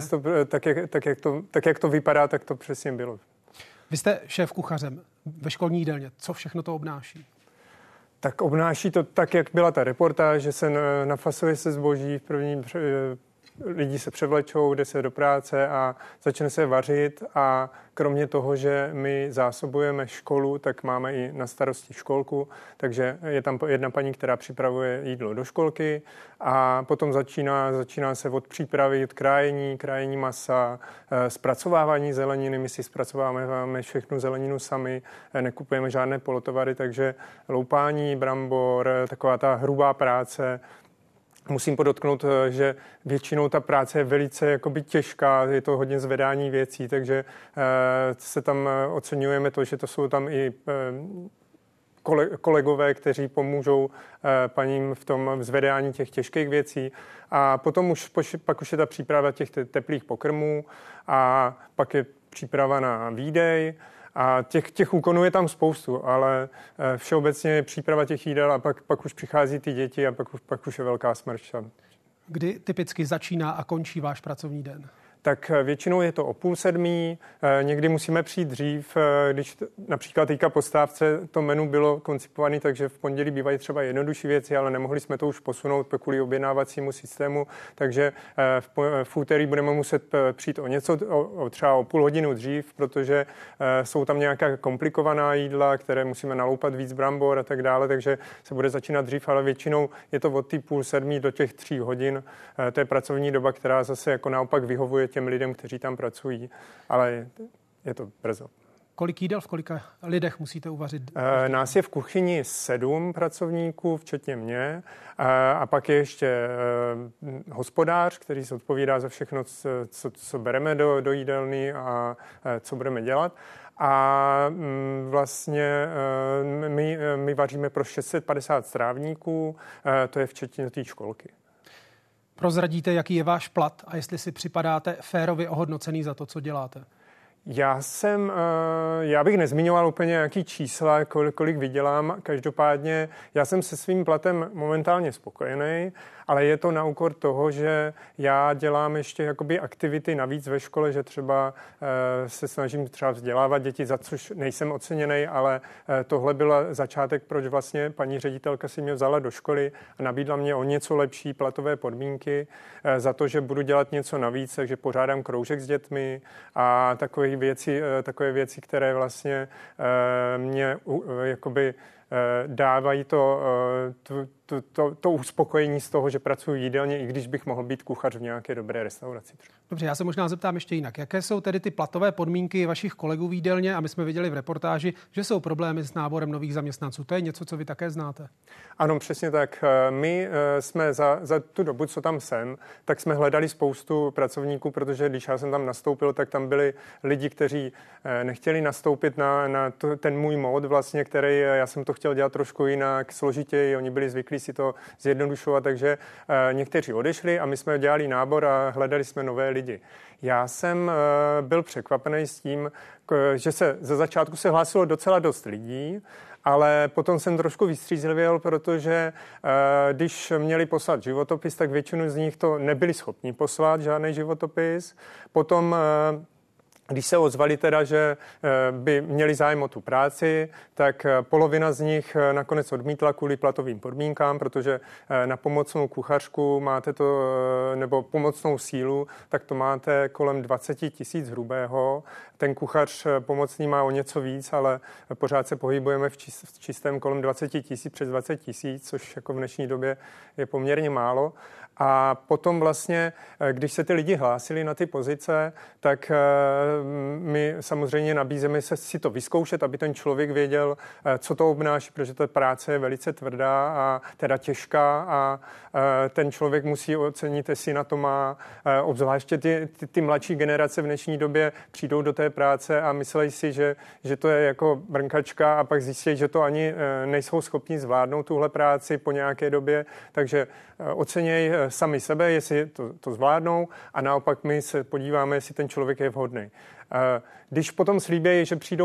tak, jak to vypadá, tak to přesně bylo. Vy jste šéfkuchařem ve školní jídelně. Co všechno to obnáší? Tak obnáší to tak, jak byla ta reportáž, že se nafasuje se zboží v prvním lidi se převlečou, jde se do práce a začne se vařit a kromě toho, že my zásobujeme školu, tak máme i na starosti školku, takže je tam jedna paní, která připravuje jídlo do školky a potom začíná se od přípravy, od krájení masa, zpracovávání zeleniny, my si zpracováváme všechnu zeleninu sami, nekupujeme žádné polotovary, takže loupání brambor, taková ta hrubá práce. Musím podotknout, že většinou ta práce je velice jakoby těžká, je to hodně zvedání věcí, takže se tam oceňujeme to, že to jsou tam i kolegové, kteří pomůžou paním v tom zvedání těch těžkých věcí. A potom pak už je ta příprava těch teplých pokrmů a pak je příprava na výdej. A těch úkonů je tam spoustu, ale všeobecně je příprava těch jídel a pak už přichází ty děti a pak už je velká smršť. Kdy typicky začíná a končí váš pracovní den? Tak většinou je to o 6:30, někdy musíme přijít dřív, když například teďka po stávce to menu bylo koncipované, takže v pondělí bývají třeba jednodušší věci, ale nemohli jsme to už posunout kvůli objednávacímu systému, takže v úterý budeme muset přijít třeba o půl hodinu dřív, protože jsou tam nějaká komplikovaná jídla, které musíme naloupat víc brambor a tak dále, takže se bude začínat dřív, ale většinou je to od té 6:30 do těch 3 hodin. To je pracovní doba, která zase jako naopak vyhovuje těm lidem, kteří tam pracují, ale je to brzo. Kolik jídel v kolika lidech musíte uvařit? Nás je v kuchyni 7 pracovníků, včetně mě, a pak je ještě hospodář, který se odpovídá za všechno, co bereme do jídelny a co budeme dělat. A vlastně my vaříme pro 650 strávníků, to je včetně té školky. Prozradíte, jaký je váš plat a jestli si připadáte férově ohodnocený za to, co děláte? Já bych nezmiňoval úplně nějaký čísla, kolik vydělám. Každopádně já jsem se svým platem momentálně spokojený, ale je to na úkor toho, že já dělám ještě jakoby aktivity navíc ve škole, že třeba se snažím třeba vzdělávat děti, za což nejsem oceněný, ale tohle byl začátek, proč vlastně paní ředitelka si mě vzala do školy a nabídla mě o něco lepší platové podmínky za to, že budu dělat něco navíc, takže pořádám kroužek s dětmi a takové věci, které vlastně mě jakoby dávají to uspokojení z toho, že pracuji jídelně, i když bych mohl být kuchař v nějaké dobré restauraci. Dobře, já se možná zeptám ještě jinak. Jaké jsou tedy ty platové podmínky vašich kolegů v jídelně? A my jsme viděli v reportáži, že jsou problémy s náborem nových zaměstnanců. To je něco, co vy také znáte? Ano, přesně tak. My jsme za tu dobu, co tam jsem, tak jsme hledali spoustu pracovníků, protože když já jsem tam nastoupil, tak tam byli lidi, kteří nechtěli nastoupit na ten můj mód vlastně, který já jsem to chtěl dělat trošku jinak, složitěji. Oni byli zvyklí si to zjednodušovat, takže někteří odešli a my jsme dělali nábor a hledali jsme nové lidi. Já jsem byl překvapený s tím, že se ze začátku se hlásilo docela dost lidí, ale potom jsem trošku vystřízlivěl, protože když měli poslat životopis, tak většinu z nich to nebyli schopni poslat, žádný životopis. Potom Když se ozvali teda, že by měli zájem o tu práci, tak polovina z nich nakonec odmítla kvůli platovým podmínkám, protože na pomocnou kuchařku máte to, nebo pomocnou sílu, tak to máte kolem 20 000 hrubého. Ten kuchař pomocný má o něco víc, ale pořád se pohybujeme v čistém kolem 20 000, přes 20 000, což jako v dnešní době je poměrně málo. A potom vlastně, když se ty lidi hlásili na ty pozice, tak my samozřejmě nabízíme se si to vyzkoušet, aby ten člověk věděl, co to obnáší, protože ta práce je velice tvrdá a teda těžká a ten člověk musí ocenit, jestli na to má. Obzvláště ty mladší generace v dnešní době přijdou do té práce a myslí si, že to je jako brnkačka a pak zjistí, že to ani nejsou schopni zvládnout tuhle práci po nějaké době, takže oceněj sami sebe, jestli to zvládnou a naopak my se podíváme, jestli ten člověk je vhodný. Když potom slíbí, že přijdou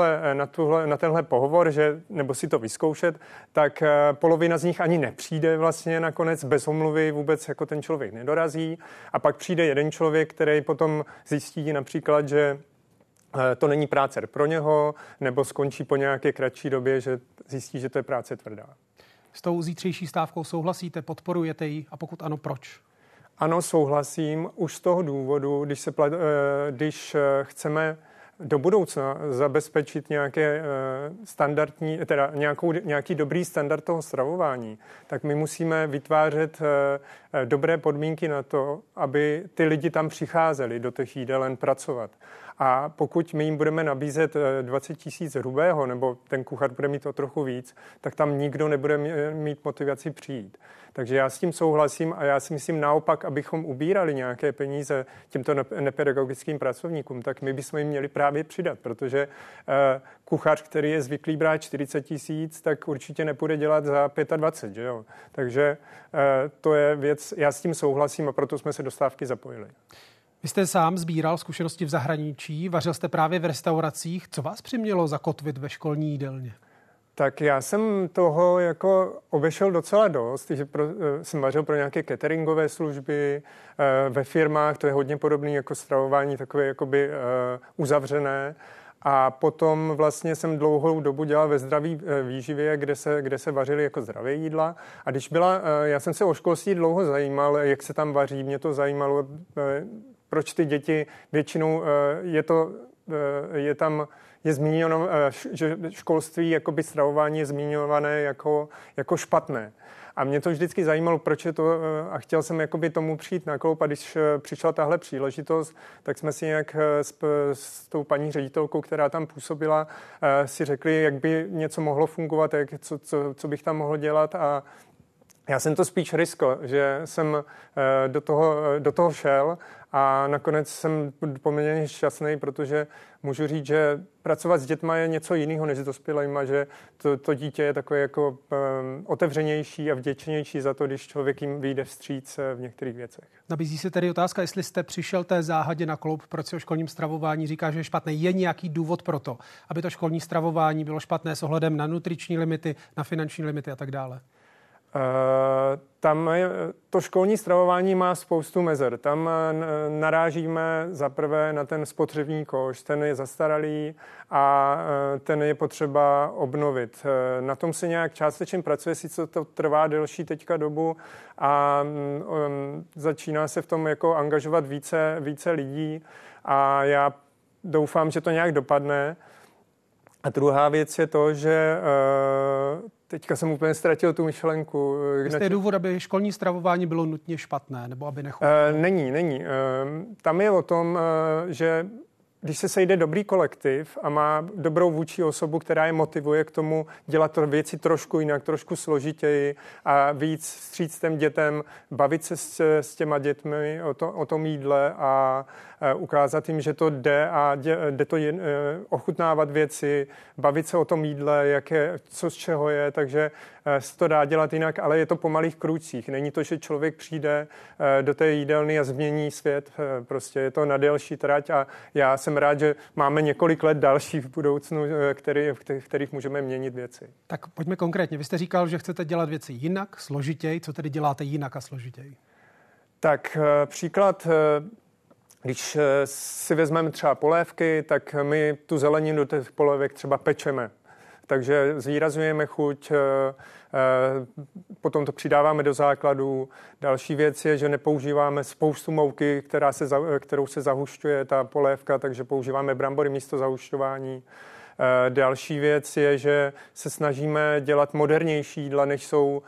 na tenhle pohovor, nebo si to vyzkoušet, tak polovina z nich ani nepřijde vlastně nakonec bez omluvy, vůbec jako ten člověk nedorazí a pak přijde jeden člověk, který potom zjistí například, že to není práce pro něho, nebo skončí po nějaké kratší době, že zjistí, že to je práce tvrdá. S tou zítřejší stávkou souhlasíte, podporujete ji a pokud ano, proč? Ano, souhlasím už z toho důvodu, když chceme do budoucna zabezpečit nějaké standardní, teda nějaký dobrý standard toho stravování, tak my musíme vytvářet dobré podmínky na to, aby ty lidi tam přicházeli do těch jídelen pracovat. A pokud my jim budeme nabízet 20 000 hrubého, nebo ten kuchař bude mít o trochu víc, tak tam nikdo nebude mít motivaci přijít. Takže já s tím souhlasím a já si myslím naopak, abychom ubírali nějaké peníze těmto nepedagogickým pracovníkům, tak my bychom jim měli právě přidat, protože kuchař, který je zvyklý brát 40 000, tak určitě nepůjde dělat za 25, že jo? Takže to je věc, já s tím souhlasím a proto jsme se do stávky zapojili. Vy jste sám sbíral zkušenosti v zahraničí, vařil jste právě v restauracích. Co vás přimělo zakotvit ve školní jídelně? Tak já jsem toho jako obešel docela dost, že jsem vařil pro nějaké cateringové služby ve firmách, to je hodně podobné jako stravování, takové jakoby uzavřené. A potom vlastně jsem dlouhou dobu dělal ve zdraví výživě, kde se vařily jako zdravé jídla. A já jsem se o školství dlouho zajímal, jak se tam vaří, mě to zajímalo, proč ty děti většinou je zmíněno, že školství, jakoby stravování je zmiňované jako špatné. A mě to vždycky zajímalo, proč je to, a chtěl jsem jakoby tomu přijít na kloup, a když přišla tahle příležitost, tak jsme si nějak s tou paní ředitelkou, která tam působila, si řekli, jak by něco mohlo fungovat, co bych tam mohl dělat a já jsem to spíš riskl, že jsem do toho šel a nakonec jsem poměrně šťastný, protože můžu říct, že pracovat s dětma je něco jiného než s dospělejma, že to dítě je takové jako otevřenější a vděčnější za to, když člověk jim vyjde vstříc v některých věcech. Nabízí se tedy otázka, jestli jste přišel té záhadě na kloup, proč se o školním stravování říká, že je špatné. Je nějaký důvod pro to, aby to školní stravování bylo špatné s ohledem na nutriční limity, na finanční limity a tak dále? To školní stravování má spoustu mezer. Tam narážíme zaprvé na ten spotřební koš, ten je zastaralý a ten je potřeba obnovit. Na tom se nějak částečně pracuje, sice to trvá delší teďka dobu a začíná se v tom jako angažovat více lidí a já doufám, že to nějak dopadne. A druhá věc je to, že teďka jsem úplně ztratil tu myšlenku. Je důvod, aby školní stravování bylo nutně špatné, nebo aby nechutnalo? Není. Tam je o tom, že když se sejde dobrý kolektiv a má dobrou vůči osobu, která je motivuje k tomu dělat věci trošku jinak, trošku složitěji a víc vstříc těm dětem, bavit se s těma dětmi o tom jídle a ukázat jim, že to jde a jde to ochutnávat věci, bavit se o tom jídle, co z čeho je, takže se to dá dělat jinak, ale je to po malých krůčcích. Není to, že člověk přijde do té jídelny a změní svět, prostě je to na delší trať a já jsem rád, že máme několik let další v budoucnu, v kterých můžeme měnit věci. Tak pojďme konkrétně. Vy jste říkal, že chcete dělat věci jinak, složitěji. Co tedy děláte jinak a složitěji? Tak příklad. Když si vezmeme třeba polévky, tak my tu zeleninu do těch polévek třeba pečeme. Takže zvýrazňujeme chuť, potom to přidáváme do základů. Další věc je, že nepoužíváme spoustu mouky, kterou se zahušťuje ta polévka, takže používáme brambory místo zahušťování. Další věc je, že se snažíme dělat modernější jídla, než jsou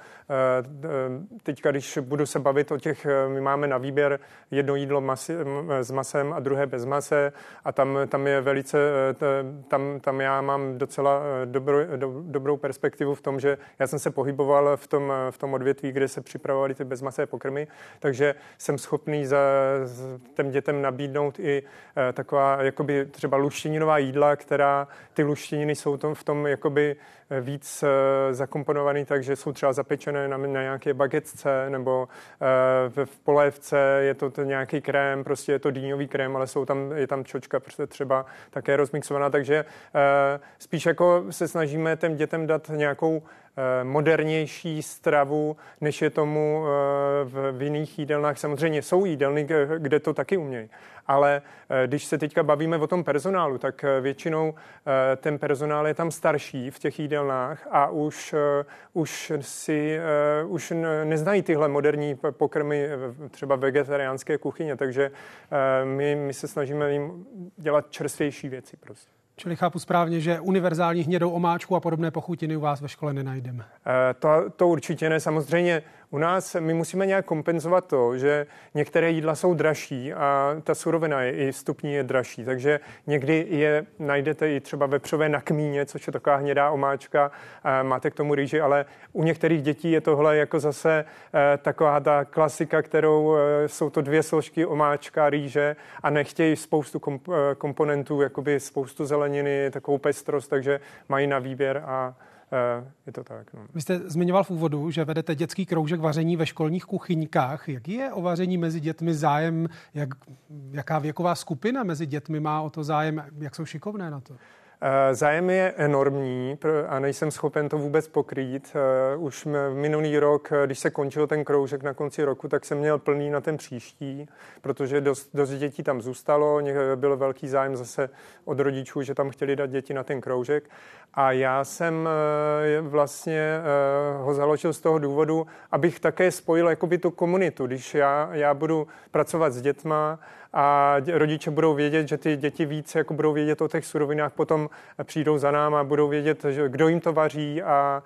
teďka, když budu se bavit o těch, my máme na výběr jedno jídlo s masem a druhé bez mase a tam je velice, tam já mám docela dobrou perspektivu v tom, že já jsem se pohyboval v tom odvětví, kde se připravovaly ty bezmasé pokrmy, takže jsem schopný těm dětem nabídnout i taková jakoby třeba luštěninová jídla, která ty luštěniny jsou v tom jakoby víc zakomponovaný, takže jsou třeba zapečené na nějaké bagetce nebo v polévce je to nějaký krém, prostě je to dýňový krém, ale je tam čočka třeba také rozmixovaná, takže spíš jako se snažíme těm dětem dát nějakou modernější stravu, než je tomu v jiných jídelnách. Samozřejmě jsou jídelny, kde to taky umějí. Ale když se teďka bavíme o tom personálu, tak většinou ten personál je tam starší v těch jídelnách a už neznají tyhle moderní pokrmy třeba vegetariánské kuchyně, takže my se snažíme jim dělat čerstvější věci prostě. Čili chápu správně, že univerzální hnědou omáčku a podobné pochutiny u vás ve škole nenajdeme. To určitě ne. Samozřejmě u nás my musíme nějak kompenzovat to, že některé jídla jsou dražší a ta surovina i vstupní je dražší. Takže někdy je najdete i třeba vepřové na kmíně, což je taková hnědá omáčka, máte k tomu rýži, ale u některých dětí je tohle jako zase taková ta klasika, kterou jsou to dvě složky omáčka, rýže a nechtějí spoustu komponentů, jakoby spoustu zeleniny, takovou pestrost, takže mají na výběr a je to tak. No. Vy jste zmiňoval v úvodu, že vedete dětský kroužek vaření ve školních kuchyňkách. Jaký je o vaření mezi dětmi zájem? Jaká věková skupina mezi dětmi má o to zájem? Jak jsou šikovné na to? Zájem je enormní a nejsem schopen to vůbec pokrýt. Už minulý rok, když se končil ten kroužek na konci roku, tak jsem měl plný na ten příští, protože dost dětí tam zůstalo. Byl velký zájem zase od rodičů, že tam chtěli dát děti na ten kroužek. A já jsem vlastně ho založil z toho důvodu, abych také spojil jakoby tu komunitu. Když já budu pracovat s dětma a rodiče budou vědět, že ty děti víc jako budou vědět o těch surovinách, potom přijdou za náma a budou vědět, že kdo jim to vaří a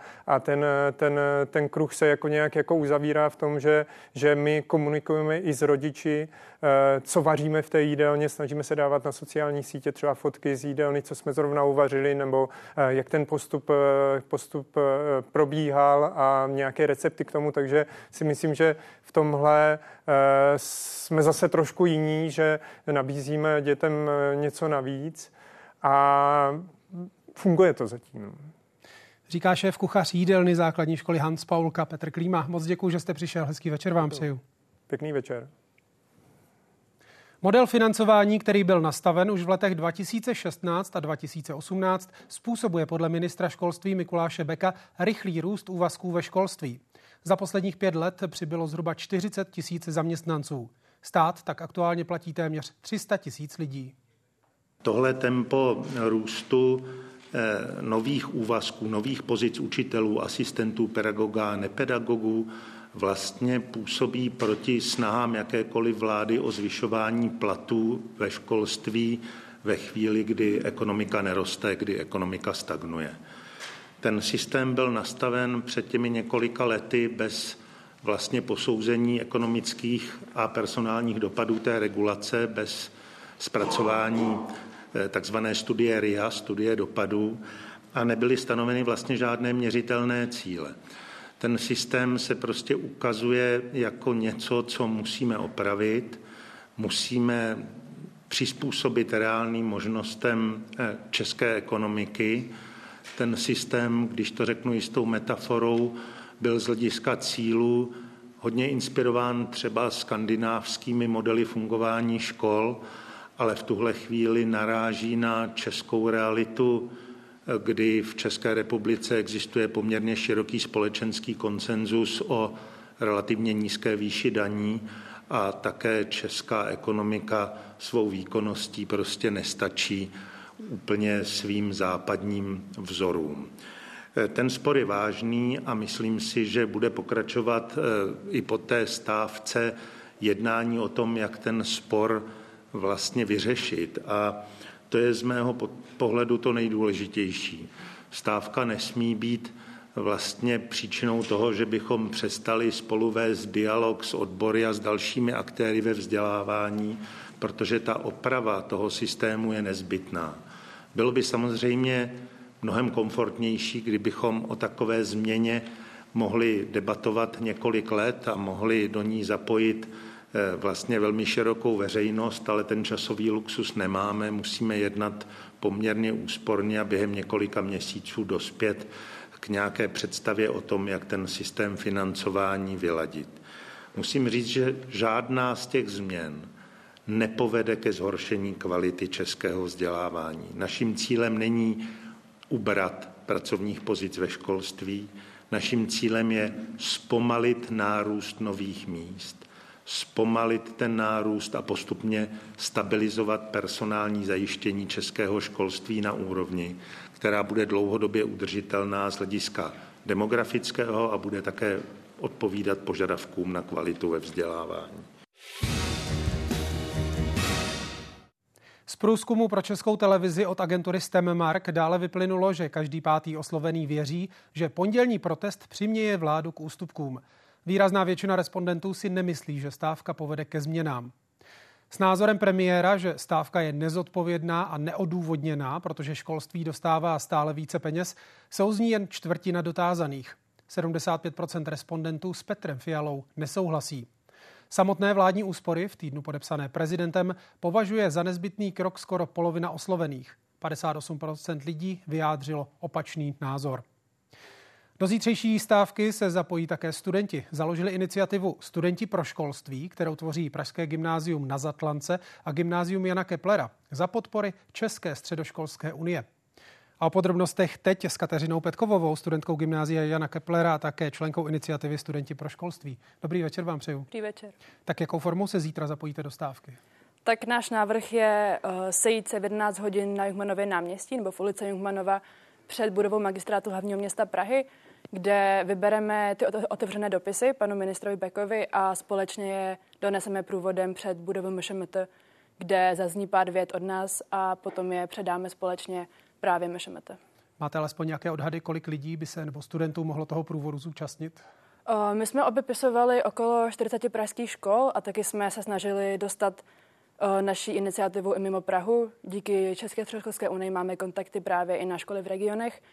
ten kruh se jako nějak jako uzavírá v tom, že my komunikujeme i s rodiči, co vaříme v té jídelně, snažíme se dávat na sociální sítě třeba fotky z jídelny, co jsme zrovna uvařili, nebo jak ten postup probíhal a nějaké recepty k tomu, takže si myslím, že v tomhle jsme zase trošku jiní, že nabízíme dětem něco navíc a funguje to zatím. Říká šéf kuchař jídelny základní školy Hans Paulka Petr Klíma. Moc děkuji, že jste přišel. Hezký večer vám přeju. Pěkný večer. Model financování, který byl nastaven už v letech 2016 a 2018, způsobuje podle ministra školství Mikuláše Beka rychlý růst úvazků ve školství. Za posledních 5 let přibylo zhruba 40 000 zaměstnanců. Stát tak aktuálně platí téměř 300 000 lidí. Tohle tempo růstu nových úvazků, nových pozic učitelů, asistentů, pedagoga, nepedagogů vlastně působí proti snahám jakékoliv vlády o zvyšování platů ve školství ve chvíli, kdy ekonomika neroste, kdy ekonomika stagnuje. Ten systém byl nastaven před těmi několika lety bez vlastně posouzení ekonomických a personálních dopadů té regulace, bez zpracování takzvané studie RIA, studie dopadů, a nebyly stanoveny vlastně žádné měřitelné cíle. Ten systém se prostě ukazuje jako něco, co musíme opravit, musíme přizpůsobit reálným možnostem české ekonomiky. Ten systém, když to řeknu jistou metaforou, byl z hlediska cílů hodně inspirován třeba skandinávskými modely fungování škol, ale v tuhle chvíli naráží na českou realitu, kdy v České republice existuje poměrně široký společenský konsenzus o relativně nízké výši daní a také česká ekonomika svou výkonností prostě nestačí úplně svým západním vzorům. Ten spor je vážný a myslím si, že bude pokračovat i po té stávce jednání o tom, jak ten spor vlastně vyřešit. A to je z mého pohledu to nejdůležitější. Stávka nesmí být vlastně příčinou toho, že bychom přestali spolu vést dialog s odbory a s dalšími aktéry ve vzdělávání, protože ta oprava toho systému je nezbytná. Bylo by samozřejmě mnohem komfortnější, kdybychom o takové změně mohli debatovat několik let a mohli do ní zapojit vlastně velmi širokou veřejnost, ale ten časový luxus nemáme, musíme jednat poměrně úsporně a během několika měsíců dospět k nějaké představě o tom, jak ten systém financování vyladit. Musím říct, že žádná z těch změn nepovede ke zhoršení kvality českého vzdělávání. Naším cílem není ubrat pracovních pozic ve školství, naším cílem je zpomalit nárůst nových míst, zpomalit ten nárůst a postupně stabilizovat personální zajištění českého školství na úrovni, která bude dlouhodobě udržitelná z hlediska demografického a bude také odpovídat požadavkům na kvalitu ve vzdělávání. Z průzkumu pro Českou televizi od agentury STEM/MARK dále vyplynulo, že každý pátý oslovený věří, že pondělní protest přiměje vládu k ústupkům. Výrazná většina respondentů si nemyslí, že stávka povede ke změnám. S názorem premiéra, že stávka je nezodpovědná a neodůvodněná, protože školství dostává stále více peněz, souzní jen čtvrtina dotázaných. 75% respondentů s Petrem Fialou nesouhlasí. Samotné vládní úspory v týdnu podepsané prezidentem považuje za nezbytný krok skoro polovina oslovených. 58% lidí vyjádřilo opačný názor. Do zítřejší stávky se zapojí také studenti. Založili iniciativu Studenti pro školství, kterou tvoří Pražské gymnázium Na Zatlance a Gymnázium Jana Keplera za podpory České středoškolské unie. A o podrobnostech teď s Kateřinou Petkovovou, studentkou Gymnázia Jana Keplera a také členkou iniciativy Studenti pro školství. Dobrý večer vám přeju. Dobrý večer. Tak jakou formou se zítra zapojíte do stávky? Tak náš návrh je sejít se v 11 hodin na Jungmannově náměstí nebo v ulici Jungmannova před budovou Magistrátu hlavního města Prahy, kde vybereme ty otevřené dopisy panu ministrovi Bekovi a společně je doneseme průvodem před budovou MŠMT, kde zazní pár vět od nás a potom je předáme společně právě MŠMT. Máte alespoň nějaké odhady, kolik lidí by se nebo studentů mohlo toho průvodu zúčastnit? My jsme obepisovali okolo 40 pražských škol a taky jsme se snažili dostat naší iniciativu i mimo Prahu. Díky České středoškolské unii máme kontakty právě i na školy v regionech.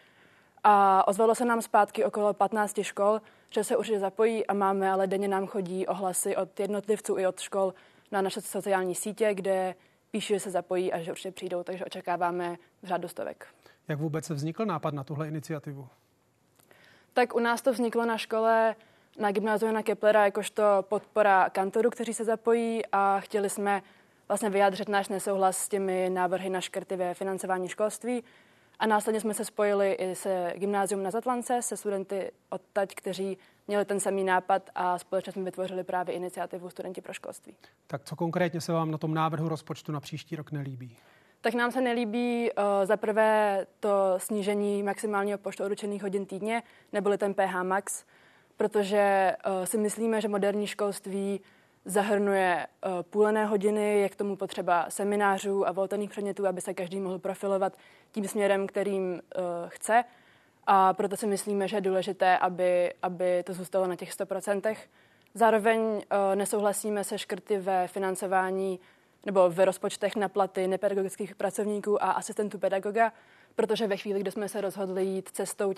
A ozvalo se nám zpátky okolo 15 škol, že se určitě zapojí a máme, ale denně nám chodí ohlasy od jednotlivců i od škol na naše sociální sítě, kde píší, že se zapojí a že určitě přijdou, takže očekáváme v řádu stovek. Jak vůbec vznikl nápad na tuhle iniciativu? Tak u nás to vzniklo na škole na Gymnáziu Jana Keplera jakožto podpora kantorů, kteří se zapojí a chtěli jsme vlastně vyjádřit náš nesouhlas s těmi návrhy na škrty ve financování školství. A následně jsme se spojili i se Gymnázium Na Zatlance, se studenty odtať, kteří měli ten samý nápad a společně jsme vytvořili právě iniciativu Studenti pro školství. Tak co konkrétně se vám na tom návrhu rozpočtu na příští rok nelíbí? Tak nám se nelíbí za prvé to snížení maximálního počtu odučených hodin týdně, neboli ten PH Max, protože si myslíme, že moderní školství zahrnuje půlené hodiny, je k tomu potřeba seminářů a volitelných předmětů, aby se každý mohl profilovat tím směrem, kterým chce. A proto si myslíme, že je důležité, aby to zůstalo na těch 100%. Zároveň nesouhlasíme se škrty ve financování nebo ve rozpočtech na platy nepedagogických pracovníků a asistentů pedagoga, protože ve chvíli, kdy jsme se rozhodli jít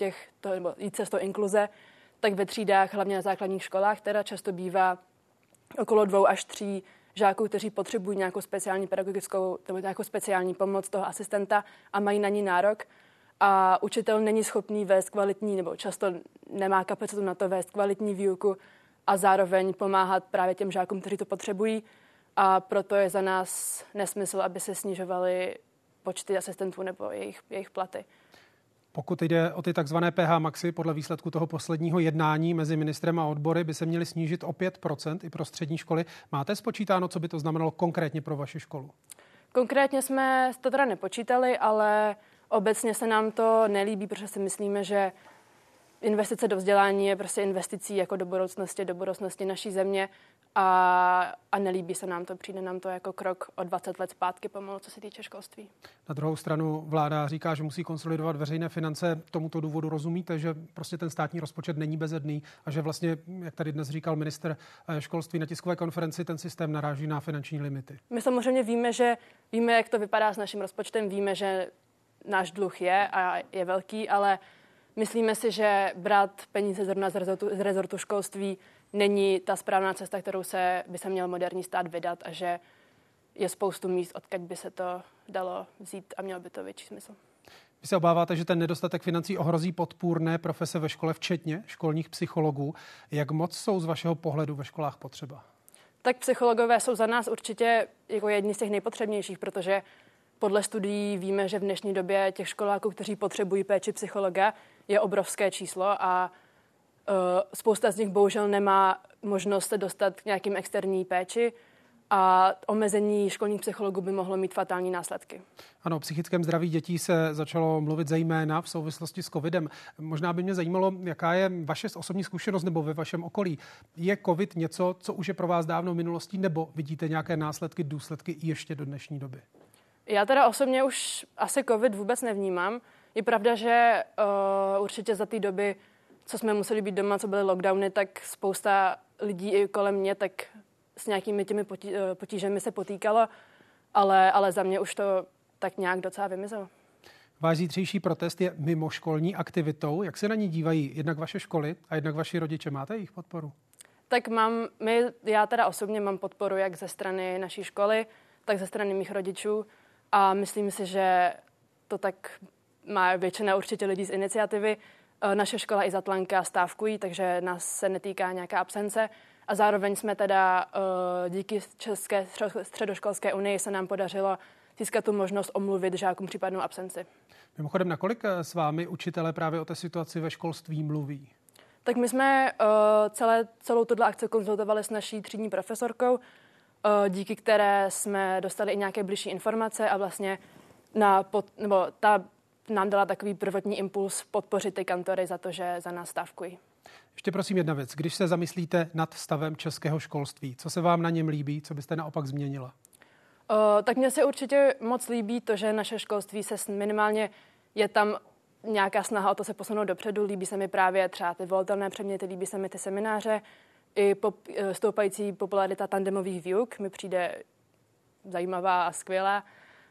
cestou inkluze, tak ve třídách, hlavně na základních školách, teda často bývá okolo 2 až 3 žáků, kteří potřebují nějakou speciální pedagogickou nebo nějakou speciální pomoc toho asistenta a mají na ní nárok. A učitel není schopný vést kvalitní, nebo často nemá kapacitu na to vést kvalitní výuku a zároveň pomáhat právě těm žákům, kteří to potřebují. A proto je za nás nesmysl, aby se snižovaly počty asistentů nebo jejich platy. Pokud jde o ty takzvané PH maxy, podle výsledku toho posledního jednání mezi ministrem a odbory by se měly snížit o 5% i pro střední školy. Máte spočítáno, co by to znamenalo konkrétně pro vaši školu? Konkrétně jsme to teda nepočítali, ale obecně se nám to nelíbí, protože si myslíme, že investice do vzdělání je prostě investicí jako do budoucnosti naší země a nelíbí se nám to, přijde nám to jako krok o 20 let zpátky pomalu, co se týče školství. Na druhou stranu vláda říká, že musí konsolidovat veřejné finance. Tomuto důvodu rozumíte, že prostě ten státní rozpočet není bezedný a že vlastně, jak tady dnes říkal ministr školství na tiskové konferenci, ten systém naráží na finanční limity? My samozřejmě víme, jak to vypadá s naším rozpočtem, víme, že náš dluh je a je velký, ale myslíme si, že brát peníze zrovna z rezortu školství není ta správná cesta, kterou by se měl moderní stát vydat a že je spoustu míst, odkud by se to dalo vzít a měl by to větší smysl. Vy se obáváte, že ten nedostatek financí ohrozí podpůrné profese ve škole, včetně školních psychologů. Jak moc jsou z vašeho pohledu ve školách potřeba? Tak psychologové jsou za nás určitě jako jedni z těch nejpotřebnějších, protože podle studií víme, že v dnešní době těch školáků, kteří potřebují péči psychologa, je obrovské číslo a spousta z nich bohužel nemá možnost se dostat k nějakým externí péči a omezení školních psychologů by mohlo mít fatální následky. Ano, o psychickém zdraví dětí se začalo mluvit zejména v souvislosti s covidem. Možná by mě zajímalo, jaká je vaše osobní zkušenost nebo ve vašem okolí. Je covid něco, co už je pro vás dávno minulostí, nebo vidíte nějaké následky, důsledky ještě do dnešní doby? Já teda osobně už asi covid vůbec nevnímám. Je pravda, že určitě za té doby, co jsme museli být doma, co byly lockdowny, tak spousta lidí i kolem mě tak s nějakými těmi potížemi se potýkalo, ale za mě už to tak nějak docela vymizelo. Váš zítřejší protest je mimoškolní aktivitou. Jak se na ní dívají jednak vaše školy a jednak vaši rodiče? Máte jejich podporu? Tak já teda osobně mám podporu jak ze strany naší školy, tak ze strany mých rodičů a myslím si, že to tak má většina určitě lidí z iniciativy. Naše škola i Zatlanka stávkují, takže nás se netýká nějaká absence. A zároveň jsme teda díky České středoškolské unii se nám podařilo získat tu možnost omluvit žákům případnou absenci. Mimochodem, nakolik s vámi učitelé právě o té situaci ve školství mluví? Tak my jsme celou tuto akci konzultovali s naší třídní profesorkou, díky které jsme dostali i nějaké bližší informace a vlastně ta nám dala takový prvotní impuls podpořit ty kantory za to, že za nás stávkují. Ještě prosím jedna věc. Když se zamyslíte nad stavem českého školství, co se vám na něm líbí, co byste naopak změnila? Tak mně se určitě moc líbí to, že naše školství se minimálně je tam nějaká snaha o to se posunout dopředu. Líbí se mi právě třeba ty volitelné předměty, líbí se mi ty semináře. I stoupající popularita tandemových výuk mi přijde zajímavá a skvělá.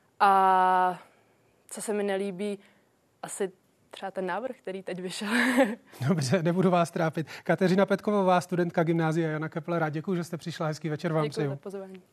A co se mi nelíbí, asi třeba ten návrh, který teď vyšel. Dobře, nebudu vás trápit. Kateřina Petkovová, studentka gymnázia Jana Keplera. Děkuji, že jste přišla. Hezký večer vám přeju. Děkuji za pozvání.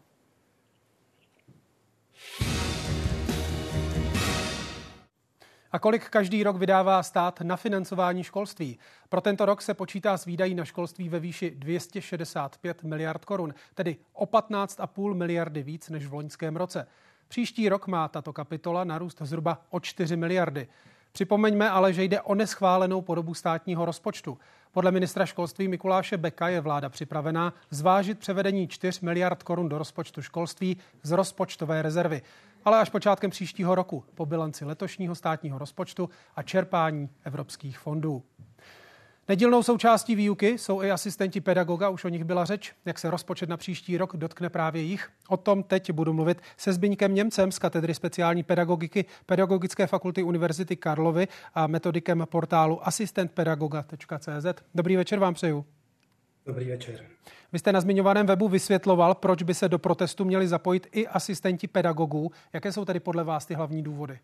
A kolik každý rok vydává stát na financování školství? Pro tento rok se počítá s výdají na školství ve výši 265 miliard korun, tedy o 15,5 miliardy víc než v loňském roce. Příští rok má tato kapitola narůst zhruba o 4 miliardy. Připomeňme ale, že jde o neschválenou podobu státního rozpočtu. Podle ministra školství Mikuláše Beka je vláda připravená zvážit převedení 4 miliard korun do rozpočtu školství z rozpočtové rezervy. Ale až počátkem příštího roku, po bilanci letošního státního rozpočtu a čerpání evropských fondů. Nedílnou součástí výuky jsou i asistenti pedagoga, už o nich byla řeč, jak se rozpočet na příští rok dotkne právě jich. O tom teď budu mluvit se Zbyňkem Němcem z katedry speciální pedagogiky Pedagogické fakulty Univerzity Karlovy a metodikem portálu asistentpedagoga.cz. Dobrý večer vám přeju. Dobrý večer. Vy jste na zmiňovaném webu vysvětloval, proč by se do protestu měli zapojit i asistenti pedagogů. Jaké jsou tedy podle vás ty hlavní důvody?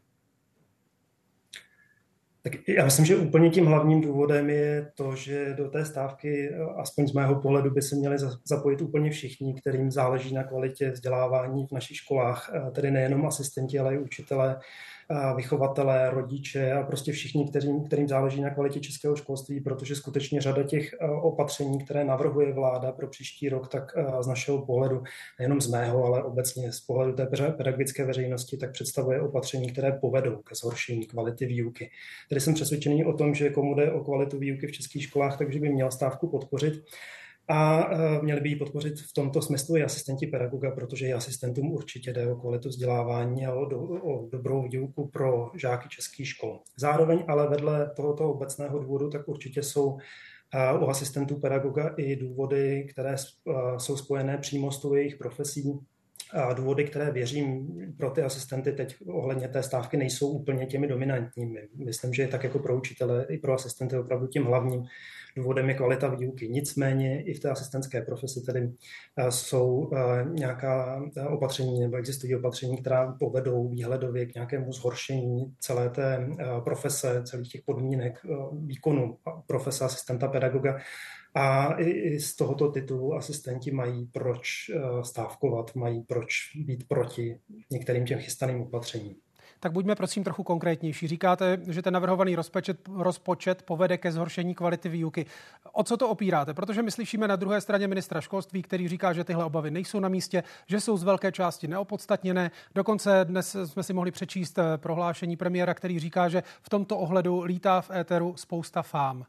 Tak já myslím, že úplně tím hlavním důvodem je to, že do té stávky, aspoň z mého pohledu, by se měli zapojit úplně všichni, kterým záleží na kvalitě vzdělávání v našich školách, tedy nejenom asistenti, ale i učitelé, vychovatelé, rodiče a prostě všichni, kterým záleží na kvalitě českého školství, protože skutečně řada těch opatření, které navrhuje vláda pro příští rok, tak z našeho pohledu, nejenom z mého, ale obecně z pohledu té pedagogické veřejnosti, tak představuje opatření, které povedou ke zhoršení kvality výuky. Tedy jsem přesvědčený o tom, že komu jde o kvalitu výuky v českých školách, takže by měl stávku podpořit. A měli by ji podpořit v tomto smyslu i asistenti pedagoga, protože i asistentům určitě jde o kvalitu vzdělávání a o dobrou výuku pro žáky českých škol. Zároveň ale vedle tohoto obecného důvodu tak určitě jsou u asistentů pedagoga i důvody, které jsou spojené přímo s tou jejich profesí. A důvody, které věřím pro ty asistenty teď ohledně té stávky nejsou úplně těmi dominantními. Myslím, že tak jako pro učitele i pro asistenty opravdu tím hlavním důvodem je kvalita výuky. Nicméně i v té asistentské profesi tedy jsou nějaká opatření nebo existují opatření, která povedou výhledově k nějakému zhoršení celé té profese, celých těch podmínek výkonu profese asistenta pedagoga. A i z tohoto titulu asistenti mají proč stávkovat, mají proč být proti některým těm chystaným opatřením. Tak buďme prosím trochu konkrétnější. Říkáte, že ten navrhovaný rozpočet povede ke zhoršení kvality výuky. O co to opíráte? Protože my slyšíme na druhé straně ministra školství, který říká, že tyhle obavy nejsou na místě, že jsou z velké části neopodstatněné. Dokonce dnes jsme si mohli přečíst prohlášení premiéra, který říká, že v tomto ohledu lítá v éteru spousta fám.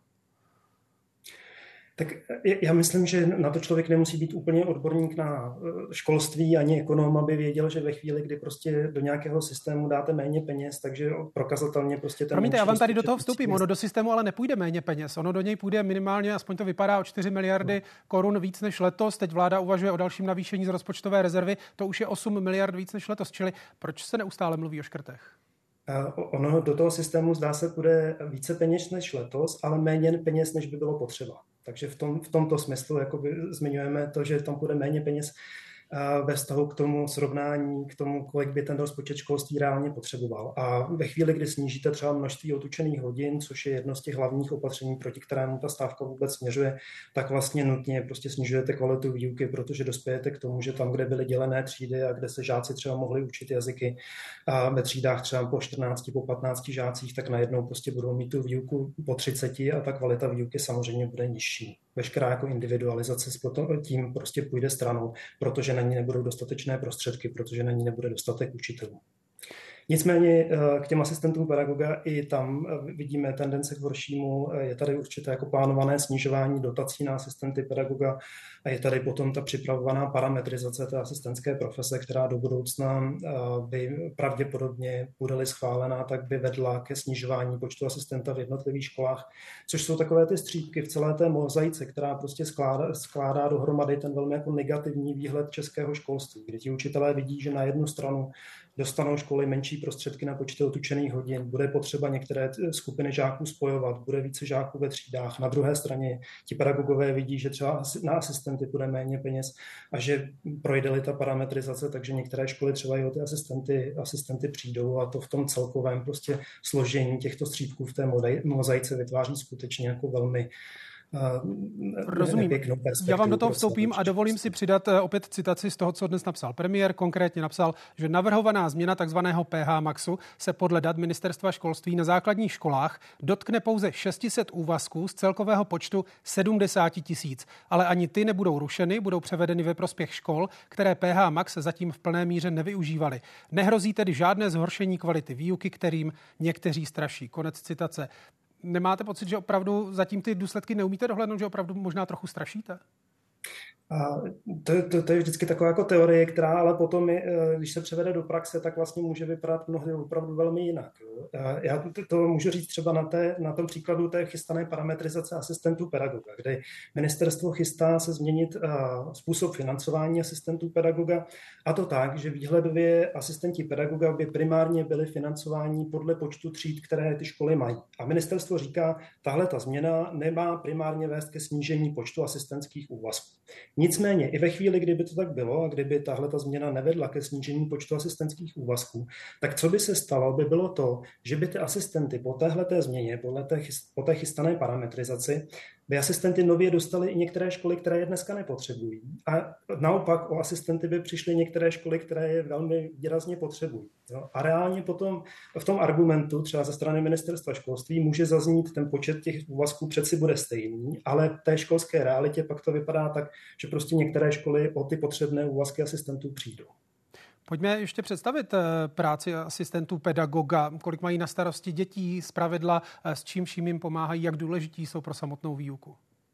Tak já myslím, že na to člověk nemusí být úplně odborník na školství ani ekonom, aby věděl, že ve chvíli, kdy prostě do nějakého systému dáte méně peněz, takže prokazatelně prostě ten... Promiňte, já vám tady do toho vstoupím. Ono do systému ale nepůjde méně peněz. Ono do něj půjde minimálně, aspoň to vypadá, o 4 miliardy korun víc než letos. Teď vláda uvažuje o dalším navýšení z rozpočtové rezervy. To už je 8 miliard víc než letos. Čili proč se neustále mluví o škrtech? Ono do toho systému zdá se půjde více peněz než letos, ale méně peněz, než by bylo potřeba. Takže v tomto smyslu jakoby zmiňujeme to, že tam půjde méně peněz ve vztahu k tomu srovnání, k tomu, kolik by ten rozpočet školství reálně potřeboval. A ve chvíli, kdy snížíte třeba množství odučených hodin, což je jedno z těch hlavních opatření, proti kterému ta stávka vůbec směřuje, tak vlastně nutně prostě snižujete kvalitu výuky, protože dospějete k tomu, že tam, kde byly dělené třídy a kde se žáci třeba mohli učit jazyky a ve třídách třeba po 14, po 15 žácích, tak najednou prostě budou mít tu výuku po 30 a ta kvalita výuky samozřejmě bude nižší. Veškerá jako individualizace tím prostě půjde stranou, protože na ní nebudou dostatečné prostředky, protože na ní nebude dostatek učitelů. Nicméně k těm asistentům pedagoga i tam vidíme tendence k horšímu. Je tady určité jako plánované snižování dotací na asistenty pedagoga a je tady potom ta připravovaná parametrizace té asistentské profese, která do budoucna by pravděpodobně, bude-li schválená, tak by vedla ke snižování počtu asistenta v jednotlivých školách, což jsou takové ty střípky v celé té mozaice, která prostě skládá dohromady ten velmi jako negativní výhled českého školství, kde ti učitelé vidí, že na jednu stranu dostanou školy menší prostředky na počty odučených hodin, bude potřeba některé skupiny žáků spojovat, bude více žáků ve třídách. Na druhé straně ti pedagogové vidí, že třeba na asistenty bude méně peněz a že projde-li ta parametrizace, takže některé školy třeba i o ty asistenty přijdou a to v tom celkovém prostě složení těchto střípků v té mozaice vytváří skutečně jako velmi Rozumím. Já vám do toho vstoupím a dovolím si přidat opět citaci z toho, co dnes napsal premiér. Konkrétně napsal, že navrhovaná změna takzvaného PH Maxu se podle dat Ministerstva školství na základních školách dotkne pouze 600 úvazků z celkového počtu 70 000. Ale ani ty nebudou rušeny, budou převedeny ve prospěch škol, které PH Max zatím v plné míře nevyužívaly. Nehrozí tedy žádné zhoršení kvality výuky, kterým někteří straší. Konec citace. Nemáte pocit, že opravdu zatím ty důsledky neumíte dohlédnout, že opravdu možná trochu strašíte? A to je vždycky taková jako teorie, která ale potom, když se převede do praxe, tak vlastně může vypadat mnohdy opravdu velmi jinak. Já to můžu říct třeba na tom příkladu té chystané parametrizace asistentů pedagoga, kde ministerstvo chystá se změnit způsob financování asistentů pedagoga, a to tak, že výhledově asistenti pedagoga by primárně byli financováni podle počtu tříd, které ty školy mají. A ministerstvo říká, tahle ta změna nemá primárně vést ke snížení počtu asistentských úvazků. Nicméně i ve chvíli, kdyby to tak bylo a kdyby tahle ta změna nevedla ke snížení počtu asistentských úvazků, tak co by se stalo, by bylo to, že by ty asistenty po téhleté změně, po té chystané parametrizaci, by asistenty nově dostaly i některé školy, které je dneska nepotřebují. A naopak o asistenty by přišly některé školy, které je velmi výrazně potřebují. Jo? A reálně potom v tom argumentu třeba ze strany ministerstva školství může zaznít ten počet těch úvazků přeci bude stejný, ale v té školské realitě pak to vypadá tak, že prostě některé školy o ty potřebné úvazky asistentů přijdou. Pojďme ještě představit práci asistentů pedagoga, kolik mají na starosti dětí, zpravidla, s čím vším jim pomáhají, jak důležití jsou pro samotnou výuku.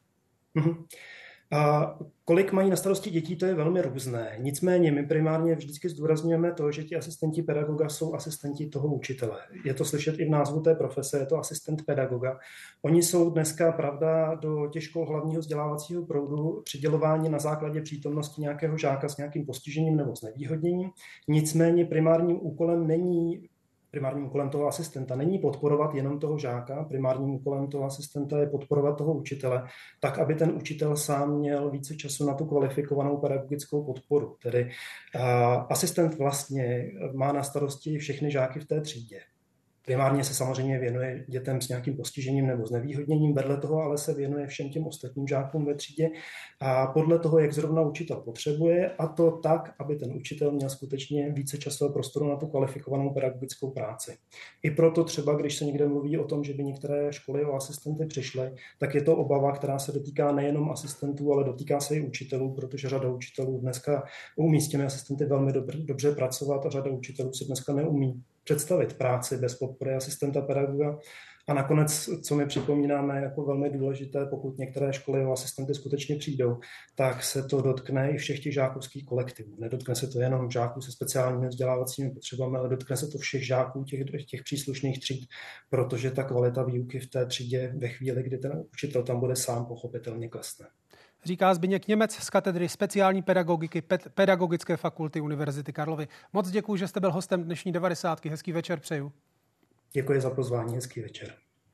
A kolik mají na starosti dětí, to je velmi různé. Nicméně my primárně vždycky zdůrazňujeme to, že ti asistenti pedagoga jsou asistenti toho učitele. Je to slyšet i v názvu té profese, je to asistent pedagoga. Oni jsou dneska, pravda, do těch škol hlavního vzdělávacího proudu přidělováni na základě přítomnosti nějakého žáka s nějakým postižením nebo znevýhodněním. Nicméně primárním úkolem toho asistenta není podporovat jenom toho žáka, primárním úkolem toho asistenta je podporovat toho učitele, tak, aby ten učitel sám měl více času na tu kvalifikovanou pedagogickou podporu. Tedy asistent vlastně má na starosti všechny žáky v té třídě. Primárně se samozřejmě věnuje dětem s nějakým postižením nebo znevýhodněním, vedle toho ale se věnuje všem těm ostatním žákům ve třídě a podle toho, jak zrovna učitel potřebuje, a to tak, aby ten učitel měl skutečně více časového prostoru na tu kvalifikovanou pedagogickou práci. I proto třeba, když se někde mluví o tom, že by některé školy o asistenty přišly, tak je to obava, která se dotýká nejenom asistentů, ale dotýká se i učitelů, protože řada učitelů dneska umí s těmi asistenty velmi dobře pracovat a řada učitelů se dneska neumí představit práci bez podpory asistenta pedagoga. A nakonec, co my připomínáme jako velmi důležité, pokud některé školy o asistenty skutečně přijdou, tak se to dotkne i všech těch žákovských kolektivů. Nedotkne se to jenom žáků se speciálními vzdělávacími potřebami, ale dotkne se to všech žáků těch příslušných tříd, protože ta kvalita výuky v té třídě ve chvíli, kdy ten učitel tam bude sám, pochopitelně klesne. Říká Zbyněk Němec z katedry speciální pedagogiky Pedagogické fakulty Univerzity Karlovy. Moc děkuji, že jste byl hostem dnešní 90. Hezký večer přeju. Děkuji za pozvání, hezký večer.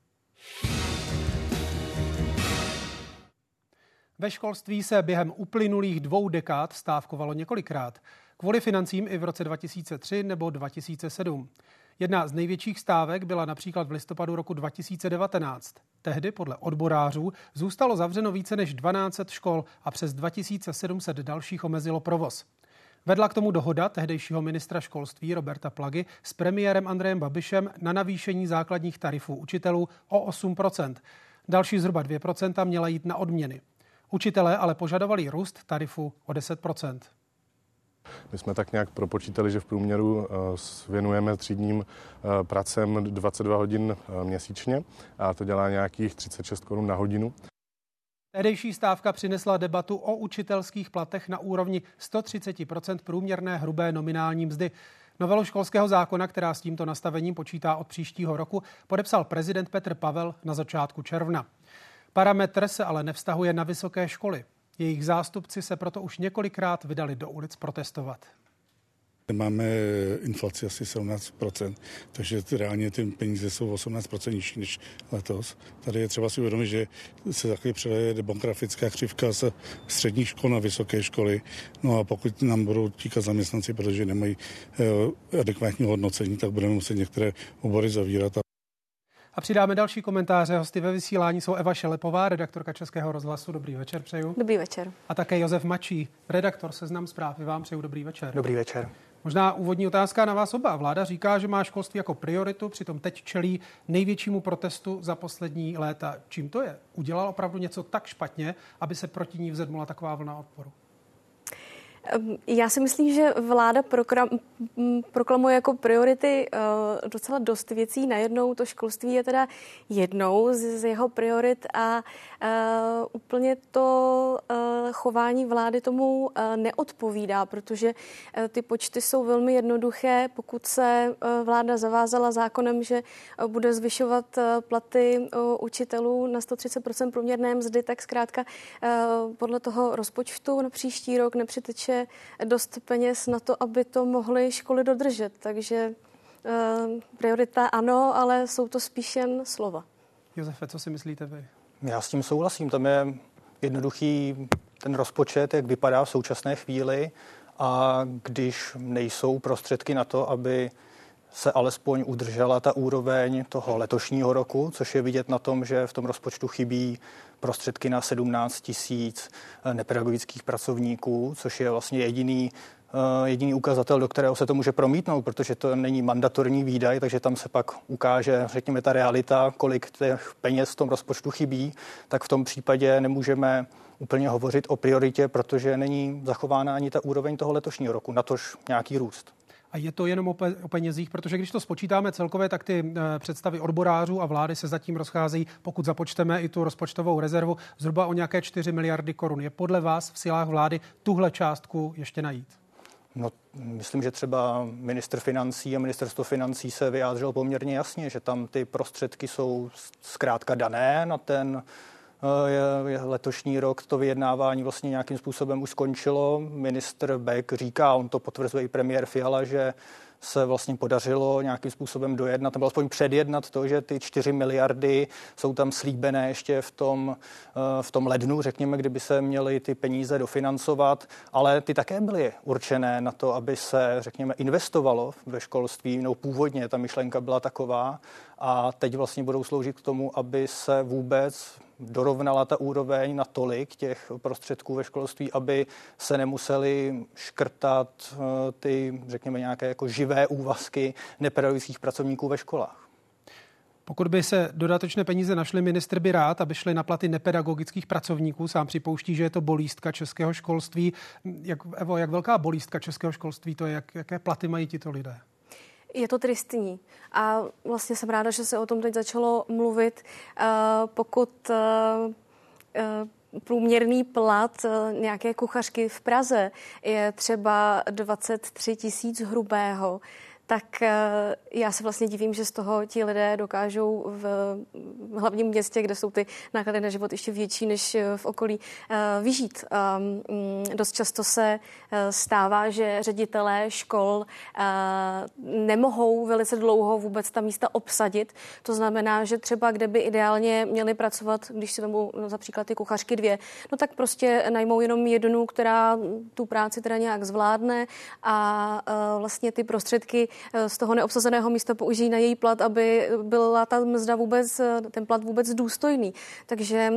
Ve školství se během uplynulých 2 dekád stávkovalo několikrát. Kvůli financím i v roce 2003 nebo 2007. Jedna z největších stávek byla například v listopadu roku 2019. Tehdy podle odborářů zůstalo zavřeno více než 1200 škol a přes 2700 dalších omezilo provoz. Vedla k tomu dohoda tehdejšího ministra školství Roberta Plagy s premiérem Andrejem Babišem na navýšení základních tarifů učitelů o 8%. Další zhruba 2% měla jít na odměny. Učitelé ale požadovali růst tarifu o 10%. My jsme tak nějak propočítali, že v průměru věnujeme třídním pracem 22 hodin měsíčně a to dělá nějakých 36 korun na hodinu. Tehdejší stávka přinesla debatu o učitelských platech na úrovni 130% průměrné hrubé nominální mzdy. Novelu školského zákona, která s tímto nastavením počítá od příštího roku, podepsal prezident Petr Pavel na začátku června. Parametr se ale nevztahuje na vysoké školy. Jejich zástupci se proto už několikrát vydali do ulic protestovat. Máme inflaci asi 17%, takže reálně ty peníze jsou 18% nižší než letos. Tady je třeba si uvědomit, že se taky přeleje demografická křivka z středních škol na vysoké školy. No a pokud nám budou tíkat zaměstnanci, protože nemají adekvátní hodnocení, tak budeme muset některé obory zavírat. A přidáme další komentáře. Hosty ve vysílání jsou Eva Šelepová, redaktorka Českého rozhlasu. Dobrý večer, přeju. Dobrý večer. A také Josef Mačí, redaktor Seznam Zpráv. Vám přeju dobrý večer. Dobrý večer. Možná úvodní otázka na vás oba. Vláda říká, že má školství jako prioritu, přitom teď čelí největšímu protestu za poslední léta. Čím to je? Udělal opravdu něco tak špatně, aby se proti ní vzedmula taková vlna odporu? Já si myslím, že vláda proklamuje jako priority docela dost věcí. Najednou to školství je teda jednou z jeho priorit a úplně to chování vlády tomu neodpovídá, protože ty počty jsou velmi jednoduché. Pokud se vláda zavázala zákonem, že bude zvyšovat platy učitelů na 130% průměrné mzdy, tak zkrátka podle toho rozpočtu na příští rok nepřiteče dost peněz na to, aby to mohly školy dodržet. Takže priorita ano, ale jsou to spíš jen slova. Josefe, co si myslíte vy? Já s tím souhlasím. Tam je jednoduchý ten rozpočet, jak vypadá v současné chvíli a když nejsou prostředky na to, aby se alespoň udržela ta úroveň toho letošního roku, což je vidět na tom, že v tom rozpočtu chybí prostředky na 17 000 nepedagogických pracovníků, což je vlastně jediný ukazatel, do kterého se to může promítnout, protože to není mandatorní výdaj, takže tam se pak ukáže, řekněme, ta realita, kolik těch peněz v tom rozpočtu chybí, tak v tom případě nemůžeme úplně hovořit o prioritě, protože není zachována ani ta úroveň toho letošního roku, natož nějaký růst. A je to jenom o penězích, protože když to spočítáme celkově, tak ty představy odborářů a vlády se zatím rozcházejí, pokud započteme i tu rozpočtovou rezervu, zhruba o nějaké 4 miliardy korun. Je podle vás v silách vlády tuhle částku ještě najít? No, myslím, že třeba ministr financí a ministerstvo financí se vyjádřilo poměrně jasně, že tam ty prostředky jsou zkrátka dané na ten letošní rok. To vyjednávání vlastně nějakým způsobem už skončilo. Ministr Bek říká, on to potvrzuje i premiér Fiala, že se vlastně podařilo nějakým způsobem dojednat, nebo aspoň předjednat to, že ty 4 miliardy jsou tam slíbené ještě v tom lednu, řekněme, kdyby se měly ty peníze dofinancovat, ale ty také byly určené na to, aby se, řekněme, investovalo ve školství. No, původně ta myšlenka byla taková a teď vlastně budou sloužit k tomu, aby se vůbec dorovnala ta úroveň na tolik těch prostředků ve školství, aby se nemuseli škrtat ty, řekněme, nějaké jako živé úvazky nepedagogických pracovníků ve školách. Pokud by se dodatečné peníze našly, ministr by rád, aby šly na platy nepedagogických pracovníků. Sám připouští, že je to bolístka českého školství. Jak velká bolístka českého školství to je? Jaké platy mají tito lidé? Je to tristní a vlastně jsem ráda, že se o tom teď začalo mluvit. Pokud průměrný plat nějaké kuchařky v Praze je třeba 23 000 hrubého, tak já se vlastně divím, že z toho ti lidé dokážou v hlavním městě, kde jsou ty náklady na život ještě větší než v okolí, vyžít. Dost často se stává, že ředitelé škol nemohou velice dlouho vůbec ta místa obsadit. To znamená, že třeba kde by ideálně měli pracovat, když si vemu za příklad ty kuchařky 2, no tak prostě najmou jenom jednu, která tu práci teda nějak zvládne a vlastně ty prostředky z toho neobsazeného místa použijí na její plat, aby byla ta mzda vůbec, ten plat vůbec důstojný. Takže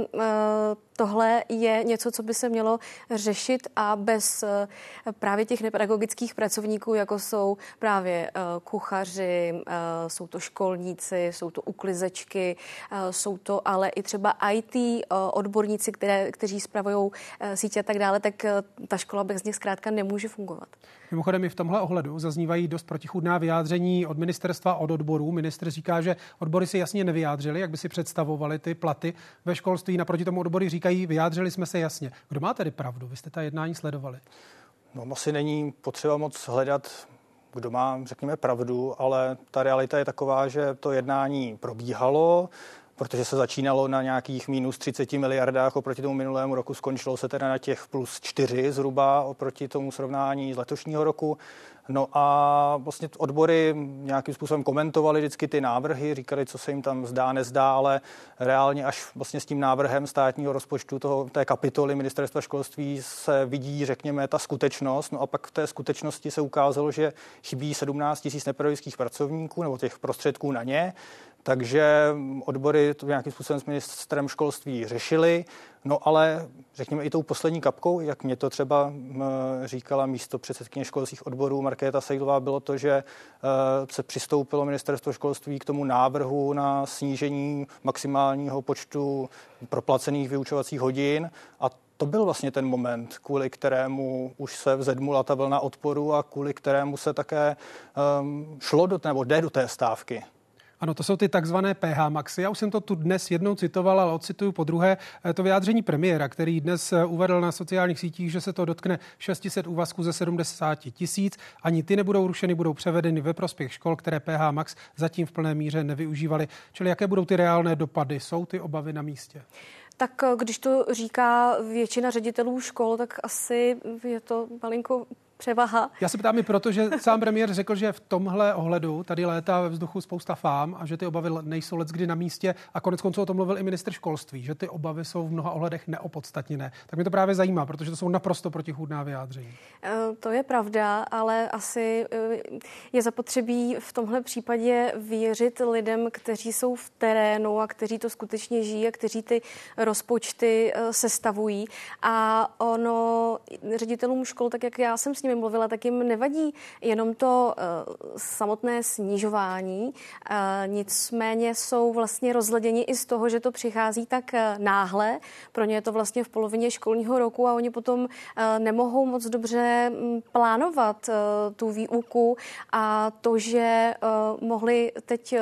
tohle je něco, co by se mělo řešit a bez právě těch nepedagogických pracovníků, jako jsou právě kuchaři, jsou to školníci, jsou to uklizečky, jsou to ale i třeba IT odborníci, kteří spravují sítě a tak dále, tak ta škola bez nich zkrátka nemůže fungovat. Mimochodem i v tomhle ohledu zaznívají dost protichůdná vyjádření od ministerstva, od odborů. Ministr říká, že odbory si jasně nevyjádřili, jak by si představovali ty platy ve školství. Naproti tomu odbory říkají, vyjádřili jsme se jasně. Kdo má tedy pravdu? Vy jste ta jednání sledovali. No, asi není potřeba moc hledat, kdo má, řekněme, pravdu, ale ta realita je taková, že to jednání probíhalo, protože se začínalo na nějakých minus 30 miliardách oproti tomu minulému roku, skončilo se teda na těch plus 4 zhruba oproti tomu srovnání z letošního roku. No a vlastně odbory nějakým způsobem komentovali vždycky ty návrhy, říkali, co se jim tam zdá, nezdá, ale reálně až vlastně s tím návrhem státního rozpočtu té kapitoly ministerstva školství se vidí, řekněme, ta skutečnost. No a pak v té skutečnosti se ukázalo, že chybí 17 000 nepedagogických pracovníků nebo těch prostředků na ně. Takže odbory to nějakým způsobem s ministrem školství řešili, no ale řekněme i tou poslední kapkou, jak mě to třeba říkala místopředsedkyně školských odborů Markéta Sejdlová, bylo to, že se přistoupilo ministerstvo školství k tomu návrhu na snížení maximálního počtu proplacených vyučovacích hodin a to byl vlastně ten moment, kvůli kterému už se vzedmula ta vlna odporu a kvůli kterému se také šlo jde do té stávky. Ano, to jsou ty takzvané PH maxy. Já už jsem to tu dnes jednou citoval, ale odcituju po druhé. To vyjádření premiéra, který dnes uvedl na sociálních sítích, že se to dotkne 600 úvazků ze 70 000. Ani ty nebudou rušeny, budou převedeny ve prospěch škol, které PH max zatím v plné míře nevyužívaly. Čili jaké budou ty reálné dopady? Jsou ty obavy na místě? Tak když to říká většina ředitelů škol, tak asi je to malinko převaha. Já se ptám i proto, že sám premiér řekl, že v tomhle ohledu tady létá ve vzduchu spousta fám a že ty obavy nejsou leckdy na místě a koneckonců o tom mluvil i ministr školství, že ty obavy jsou v mnoha ohledech neopodstatněné. Tak mě to právě zajímá, protože to jsou naprosto protichůdná vyjádření. To je pravda, ale asi je zapotřebí v tomhle případě věřit lidem, kteří jsou v terénu a kteří to skutečně žijí a kteří ty rozpočty sestavují. A ono ředitelům škol, tak jak já jsem s nimi mluvila, tak jim nevadí jenom to samotné snižování. Nicméně jsou vlastně rozleděni i z toho, že to přichází tak náhle. Pro ně je to vlastně v polovině školního roku a oni potom nemohou moc dobře plánovat tu výuku a to, že mohli teď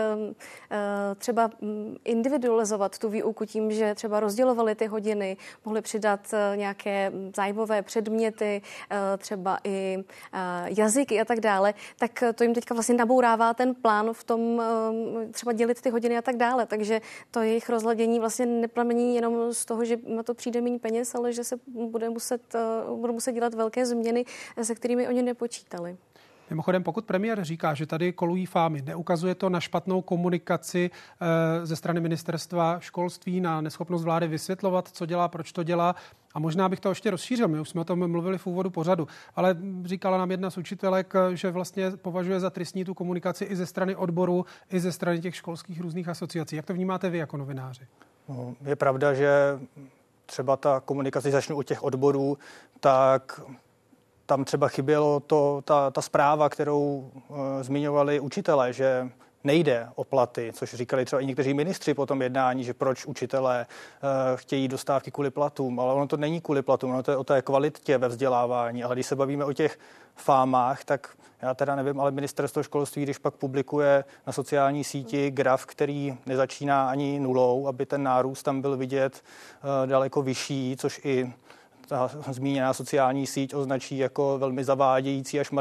třeba individualizovat tu výuku tím, že třeba rozdělovali ty hodiny, mohli přidat nějaké zájmové předměty, třeba i jazyky a tak dále, tak to jim teďka vlastně nabourává ten plán v tom třeba dělit ty hodiny a tak dále. Takže to jejich rozladění vlastně nepramení jenom z toho, že na to přijde méně peněz, ale že se budou muset dělat velké změny, se kterými oni nepočítali. Mimochodem, pokud premiér říká, že tady kolují fámy, neukazuje to na špatnou komunikaci ze strany ministerstva školství, na neschopnost vlády vysvětlovat, co dělá, proč to dělá. A možná bych to ještě rozšířil, my už jsme o tom mluvili v úvodu pořadu, ale říkala nám jedna z učitelek, že vlastně považuje za tristní tu komunikaci i ze strany odboru, i ze strany těch školských různých asociací. Jak to vnímáte vy jako novináři? No, je pravda, že třeba ta komunikace, začnu od těch odborů, tak tam třeba chybělo ta zpráva, kterou zmiňovali učitelé, že nejde o platy, což říkali třeba i někteří ministři po tom jednání, že proč učitelé chtějí dostávky kvůli platům, ale ono to není kvůli platům, ono to je o té kvalitě ve vzdělávání, ale když se bavíme o těch fámách, tak já teda nevím, ale ministerstvo školství, když pak publikuje na sociální síti graf, který nezačíná ani nulou, aby ten nárůst tam byl vidět daleko vyšší, což i ta zmíněná sociální síť označí jako velmi zavádějící až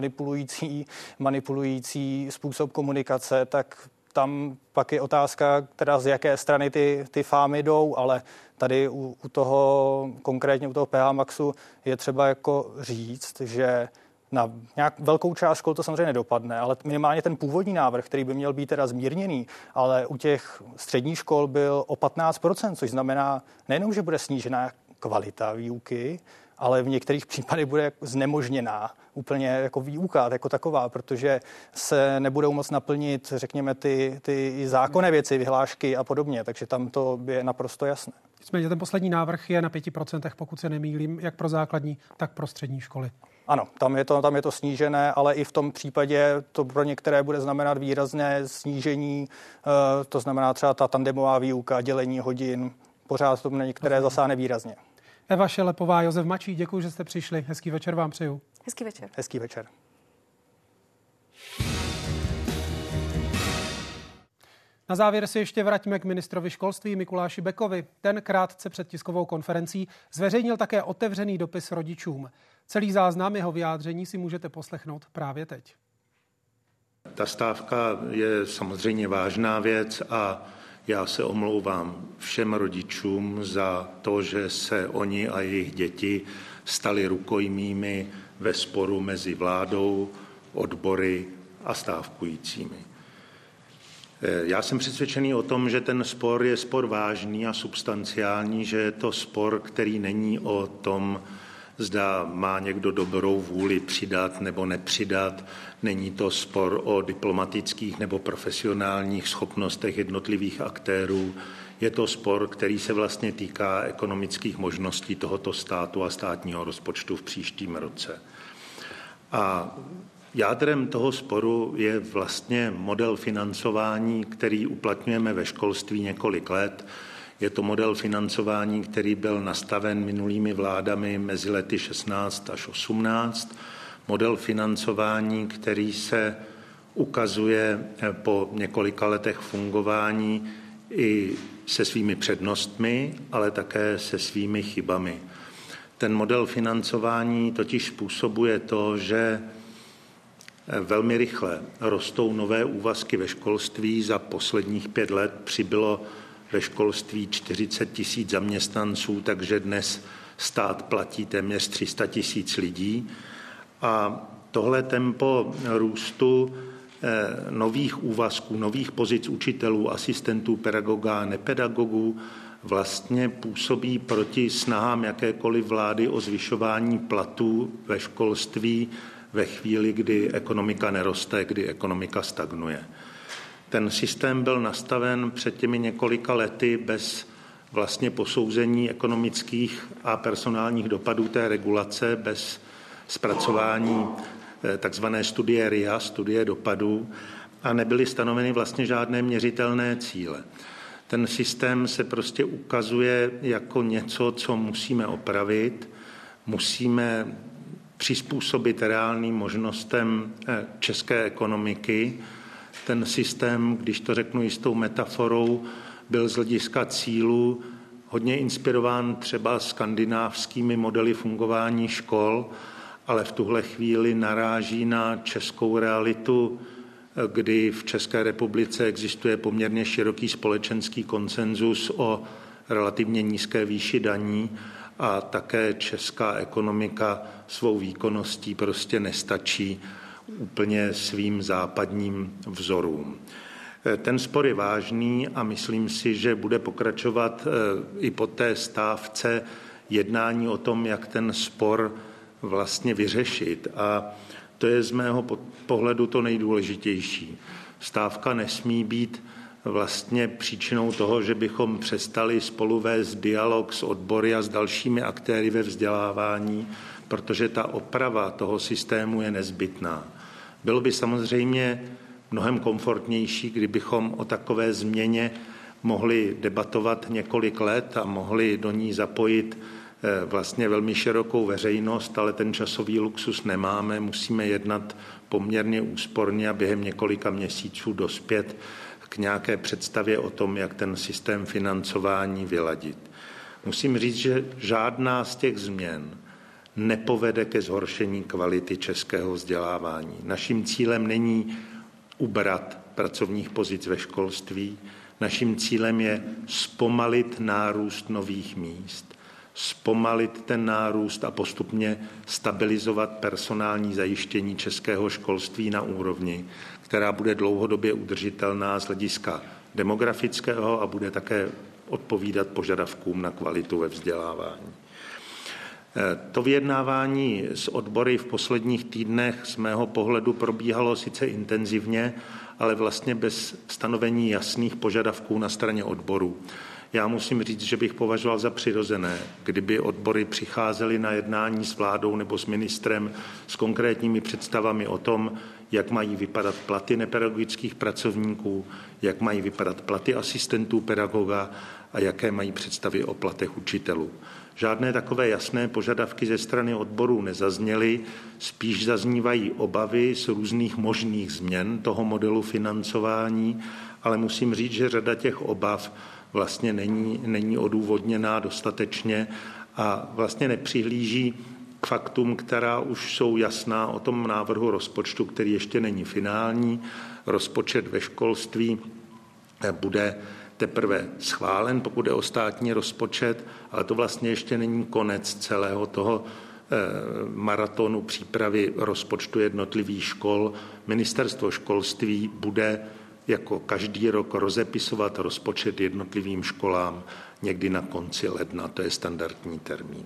manipulující způsob komunikace, tak tam pak je otázka, teda z jaké strany ty fámy jdou, ale tady u toho, konkrétně u toho PH Maxu je třeba jako říct, že na nějak velkou část škol to samozřejmě nedopadne, ale minimálně ten původní návrh, který by měl být teda zmírněný, ale u těch středních škol byl o 15%, což znamená nejenom, že bude snížená kvalita výuky, ale v některých případech bude znemožněná úplně jako výuka jako taková, protože se nebudou moc naplnit, řekněme, ty zákonné věci, vyhlášky a podobně, takže tam to je naprosto jasné. Nicméně ten poslední návrh je na 5%, pokud se nemýlím, jak pro základní, tak pro střední školy. Ano, tam je to snížené, ale i v tom případě to pro některé bude znamenat výrazné snížení, to znamená třeba ta tandemová výuka, dělení hodin, pořád to na některé zasáhne výrazně. Eva Šelepová, Josef Mačí, děkuji, že jste přišli. Hezký večer vám přeju. Hezký večer. Hezký večer. Na závěr si ještě vraťme k ministrovi školství Mikuláši Bekovi. Ten krátce před tiskovou konferencí zveřejnil také otevřený dopis rodičům. Celý záznam jeho vyjádření si můžete poslechnout právě teď. Ta stávka je samozřejmě vážná věc a já se omlouvám všem rodičům za to, že se oni a jejich děti stali rukojmími ve sporu mezi vládou, odbory a stávkujícími. Já jsem přesvědčený o tom, že ten spor je spor vážný a substanciální, že je to spor, který není o tom, zda má někdo dobrou vůli přidat nebo nepřidat. Není to spor o diplomatických nebo profesionálních schopnostech jednotlivých aktérů. Je to spor, který se vlastně týká ekonomických možností tohoto státu a státního rozpočtu v příštím roce. A jádrem toho sporu je vlastně model financování, který uplatňujeme ve školství několik let. Je to model financování, který byl nastaven minulými vládami mezi lety 16 až 18. Model financování, který se ukazuje po několika letech fungování i se svými přednostmi, ale také se svými chybami. Ten model financování totiž způsobuje to, že velmi rychle rostou nové úvazky ve školství. Za posledních 5 let přibylo ve školství 40 000 zaměstnanců, takže dnes stát platí téměř 300 000 lidí. A tohle tempo růstu nových úvazků, nových pozic učitelů, asistentů, pedagoga a nepedagogů vlastně působí proti snahám jakékoliv vlády o zvyšování platů ve školství ve chvíli, kdy ekonomika neroste, kdy ekonomika stagnuje. Ten systém byl nastaven před těmi několika lety bez vlastně posouzení ekonomických a personálních dopadů té regulace, bez zpracování takzvané studie RIA, studie dopadů, a nebyly stanoveny vlastně žádné měřitelné cíle. Ten systém se prostě ukazuje jako něco, co musíme opravit, musíme přizpůsobit reálným možnostem české ekonomiky. Ten systém, když to řeknu jistou metaforou, byl z hlediska cílů hodně inspirován třeba skandinávskými modely fungování škol, ale v tuhle chvíli naráží na českou realitu, kdy v České republice existuje poměrně široký společenský konsenzus o relativně nízké výši daní a také česká ekonomika svou výkonností prostě nestačí úplně svým západním vzorům. Ten spor je vážný a myslím si, že bude pokračovat i po té stávce jednání o tom, jak ten spor vlastně vyřešit. A to je z mého pohledu to nejdůležitější. Stávka nesmí být vlastně příčinou toho, že bychom přestali spolu vést dialog s odbory a s dalšími aktéry ve vzdělávání, protože ta oprava toho systému je nezbytná. Bylo by samozřejmě mnohem komfortnější, kdybychom o takové změně mohli debatovat několik let a mohli do ní zapojit vlastně velmi širokou veřejnost, ale ten časový luxus nemáme, musíme jednat poměrně úsporně a během několika měsíců dospět k nějaké představě o tom, jak ten systém financování vyladit. Musím říct, že žádná z těch změn nepovede ke zhoršení kvality českého vzdělávání. Naším cílem není ubrat pracovních pozic ve školství, naším cílem je zpomalit nárůst nových míst, zpomalit ten nárůst a postupně stabilizovat personální zajištění českého školství na úrovni, která bude dlouhodobě udržitelná z hlediska demografického a bude také odpovídat požadavkům na kvalitu ve vzdělávání. To vyjednávání s odbory v posledních týdnech z mého pohledu probíhalo sice intenzivně, ale vlastně bez stanovení jasných požadavků na straně odborů. Já musím říct, že bych považoval za přirozené, kdyby odbory přicházely na jednání s vládou nebo s ministrem s konkrétními představami o tom, jak mají vypadat platy nepedagogických pracovníků, jak mají vypadat platy asistentů pedagoga a jaké mají představy o platech učitelů. Žádné takové jasné požadavky ze strany odborů nezazněly, spíš zaznívají obavy z různých možných změn toho modelu financování, ale musím říct, že řada těch obav vlastně není odůvodněná dostatečně a vlastně nepřihlíží k faktům, která už jsou jasná o tom návrhu rozpočtu, který ještě není finální. Rozpočet ve školství bude teprve schválen, pokud je o státní rozpočet, ale to vlastně ještě není konec celého toho maratonu přípravy rozpočtu jednotlivých škol. Ministerstvo školství bude jako každý rok rozepisovat rozpočet jednotlivým školám někdy na konci ledna, to je standardní termín.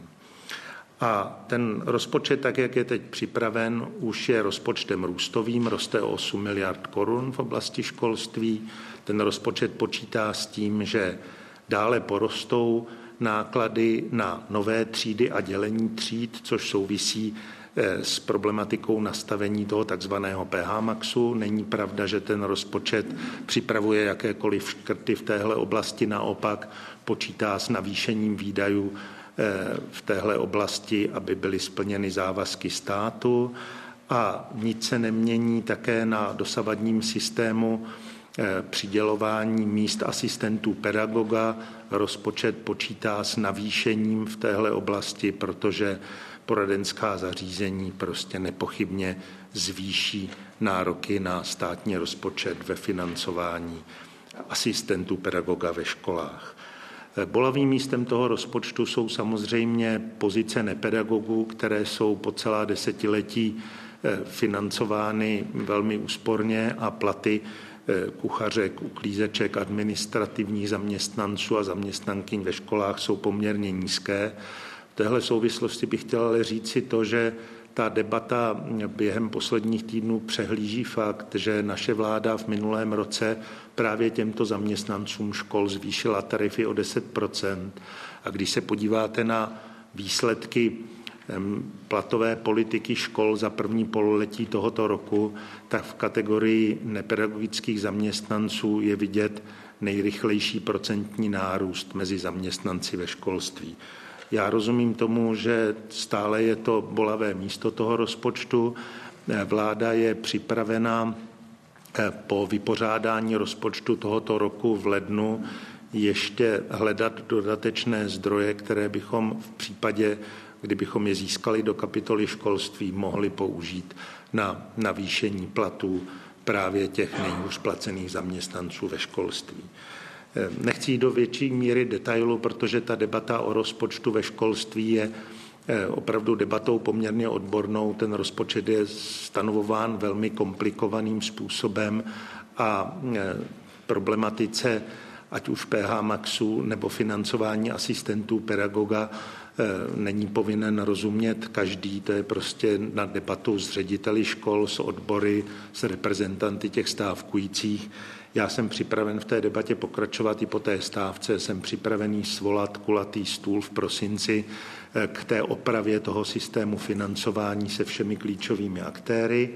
A ten rozpočet, tak jak je teď připraven, už je rozpočtem růstovým, roste o 8 miliard korun v oblasti školství. Ten rozpočet počítá s tím, že dále porostou náklady na nové třídy a dělení tříd, což souvisí s problematikou nastavení toho takzvaného PH Maxu. Není pravda, že ten rozpočet připravuje jakékoliv škrty v téhle oblasti, naopak počítá s navýšením výdajů v téhle oblasti, aby byly splněny závazky státu a nic se nemění také na dosavadním systému přidělování míst asistentů pedagoga. Rozpočet počítá s navýšením v téhle oblasti, protože poradenská zařízení prostě nepochybně zvýší nároky na státní rozpočet ve financování asistentů pedagoga ve školách. Bolavým místem toho rozpočtu jsou samozřejmě pozice nepedagogů, které jsou po celá desetiletí financovány velmi úsporně a platy kuchařek, uklízeček, administrativních zaměstnanců a zaměstnankyň ve školách jsou poměrně nízké. V téhle souvislosti bych chtěl ale říci to, že ta debata během posledních týdnů přehlíží fakt, že naše vláda v minulém roce právě těmto zaměstnancům škol zvýšila tarify o 10%. A když se podíváte na výsledky platové politiky škol za první pololetí tohoto roku, tak v kategorii nepedagogických zaměstnanců je vidět nejrychlejší procentní nárůst mezi zaměstnanci ve školství. Já rozumím tomu, že stále je to bolavé místo toho rozpočtu. Vláda je připravena po vypořádání rozpočtu tohoto roku v lednu ještě hledat dodatečné zdroje, které bychom v případě, kdybychom je získali do kapitoly školství, mohli použít na navýšení platů právě těch nejhůř placených zaměstnanců ve školství. Nechci jít do větší míry detailu, protože ta debata o rozpočtu ve školství je opravdu debatou poměrně odbornou. Ten rozpočet je stanovován velmi komplikovaným způsobem a problematice ať už PH Maxu nebo financování asistentů pedagoga není povinen rozumět každý. To je prostě na debatu s řediteli škol, s odbory, s reprezentanty těch stávkujících. Já jsem připraven v té debatě pokračovat i po té stávce. Jsem připravený svolat kulatý stůl v prosinci k té opravě toho systému financování se všemi klíčovými aktéry.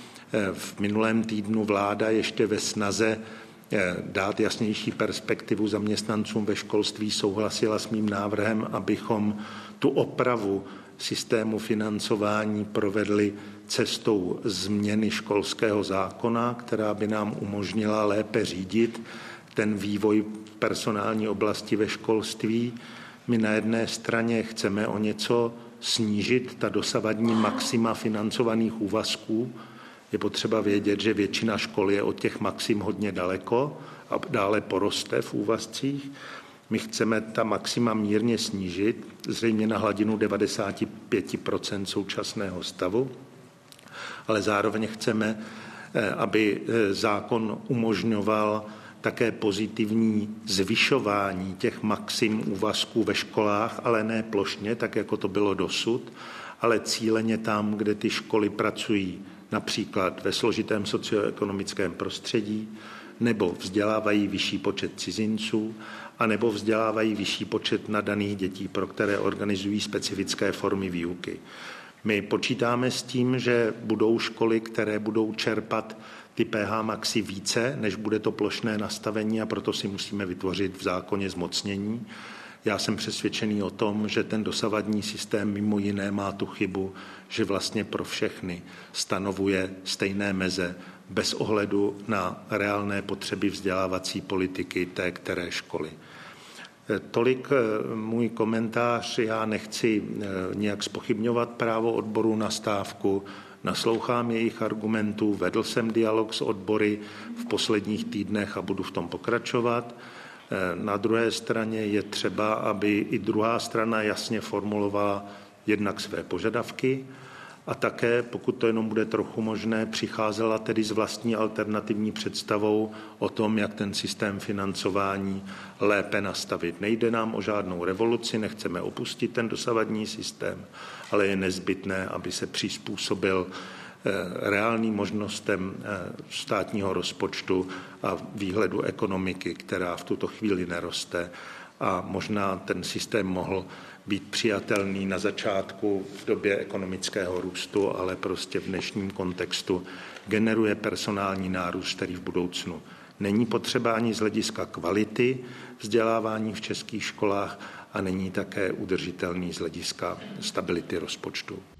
V minulém týdnu vláda ještě ve snaze dát jasnější perspektivu zaměstnancům ve školství souhlasila s mým návrhem, abychom tu opravu systému financování provedli cestou změny školského zákona, která by nám umožnila lépe řídit ten vývoj personální oblasti ve školství. My na jedné straně chceme o něco snížit ta dosavadní maxima financovaných úvazků. Je potřeba vědět, že většina škol je od těch maxim hodně daleko a dále poroste v úvazcích. My chceme ta maxima mírně snížit, zřejmě na hladinu 95% současného stavu, ale zároveň chceme, aby zákon umožňoval také pozitivní zvyšování těch maxim úvazků ve školách, ale ne plošně, tak jako to bylo dosud, ale cíleně tam, kde ty školy pracují například ve složitém socioekonomickém prostředí, nebo vzdělávají vyšší počet cizinců, anebo vzdělávají vyšší počet nadaných dětí, pro které organizují specifické formy výuky. My počítáme s tím, že budou školy, které budou čerpat ty PH Maxi více, než bude to plošné nastavení, a proto si musíme vytvořit v zákoně zmocnění. Já jsem přesvědčený o tom, že ten dosavadní systém mimo jiné má tu chybu, že vlastně pro všechny stanovuje stejné meze bez ohledu na reálné potřeby vzdělávací politiky té které školy. Tolik můj komentář. Já nechci nějak zpochybňovat právo odborů na stávku, naslouchám jejich argumentů, vedl jsem dialog s odbory v posledních týdnech a budu v tom pokračovat. Na druhé straně je třeba, aby i druhá strana jasně formulovala jednak své požadavky a také, pokud to jenom bude trochu možné, přicházela tedy s vlastní alternativní představou o tom, jak ten systém financování lépe nastavit. Nejde nám o žádnou revoluci, nechceme opustit ten dosavadní systém, ale je nezbytné, aby se přizpůsobil reálným možnostem státního rozpočtu a výhledu ekonomiky, která v tuto chvíli neroste. A možná ten systém mohl být přijatelný na začátku v době ekonomického růstu, ale prostě v dnešním kontextu generuje personální nárůst, který v budoucnu není potřeba ani z hlediska kvality vzdělávání v českých školách a není také udržitelný z hlediska stability rozpočtu.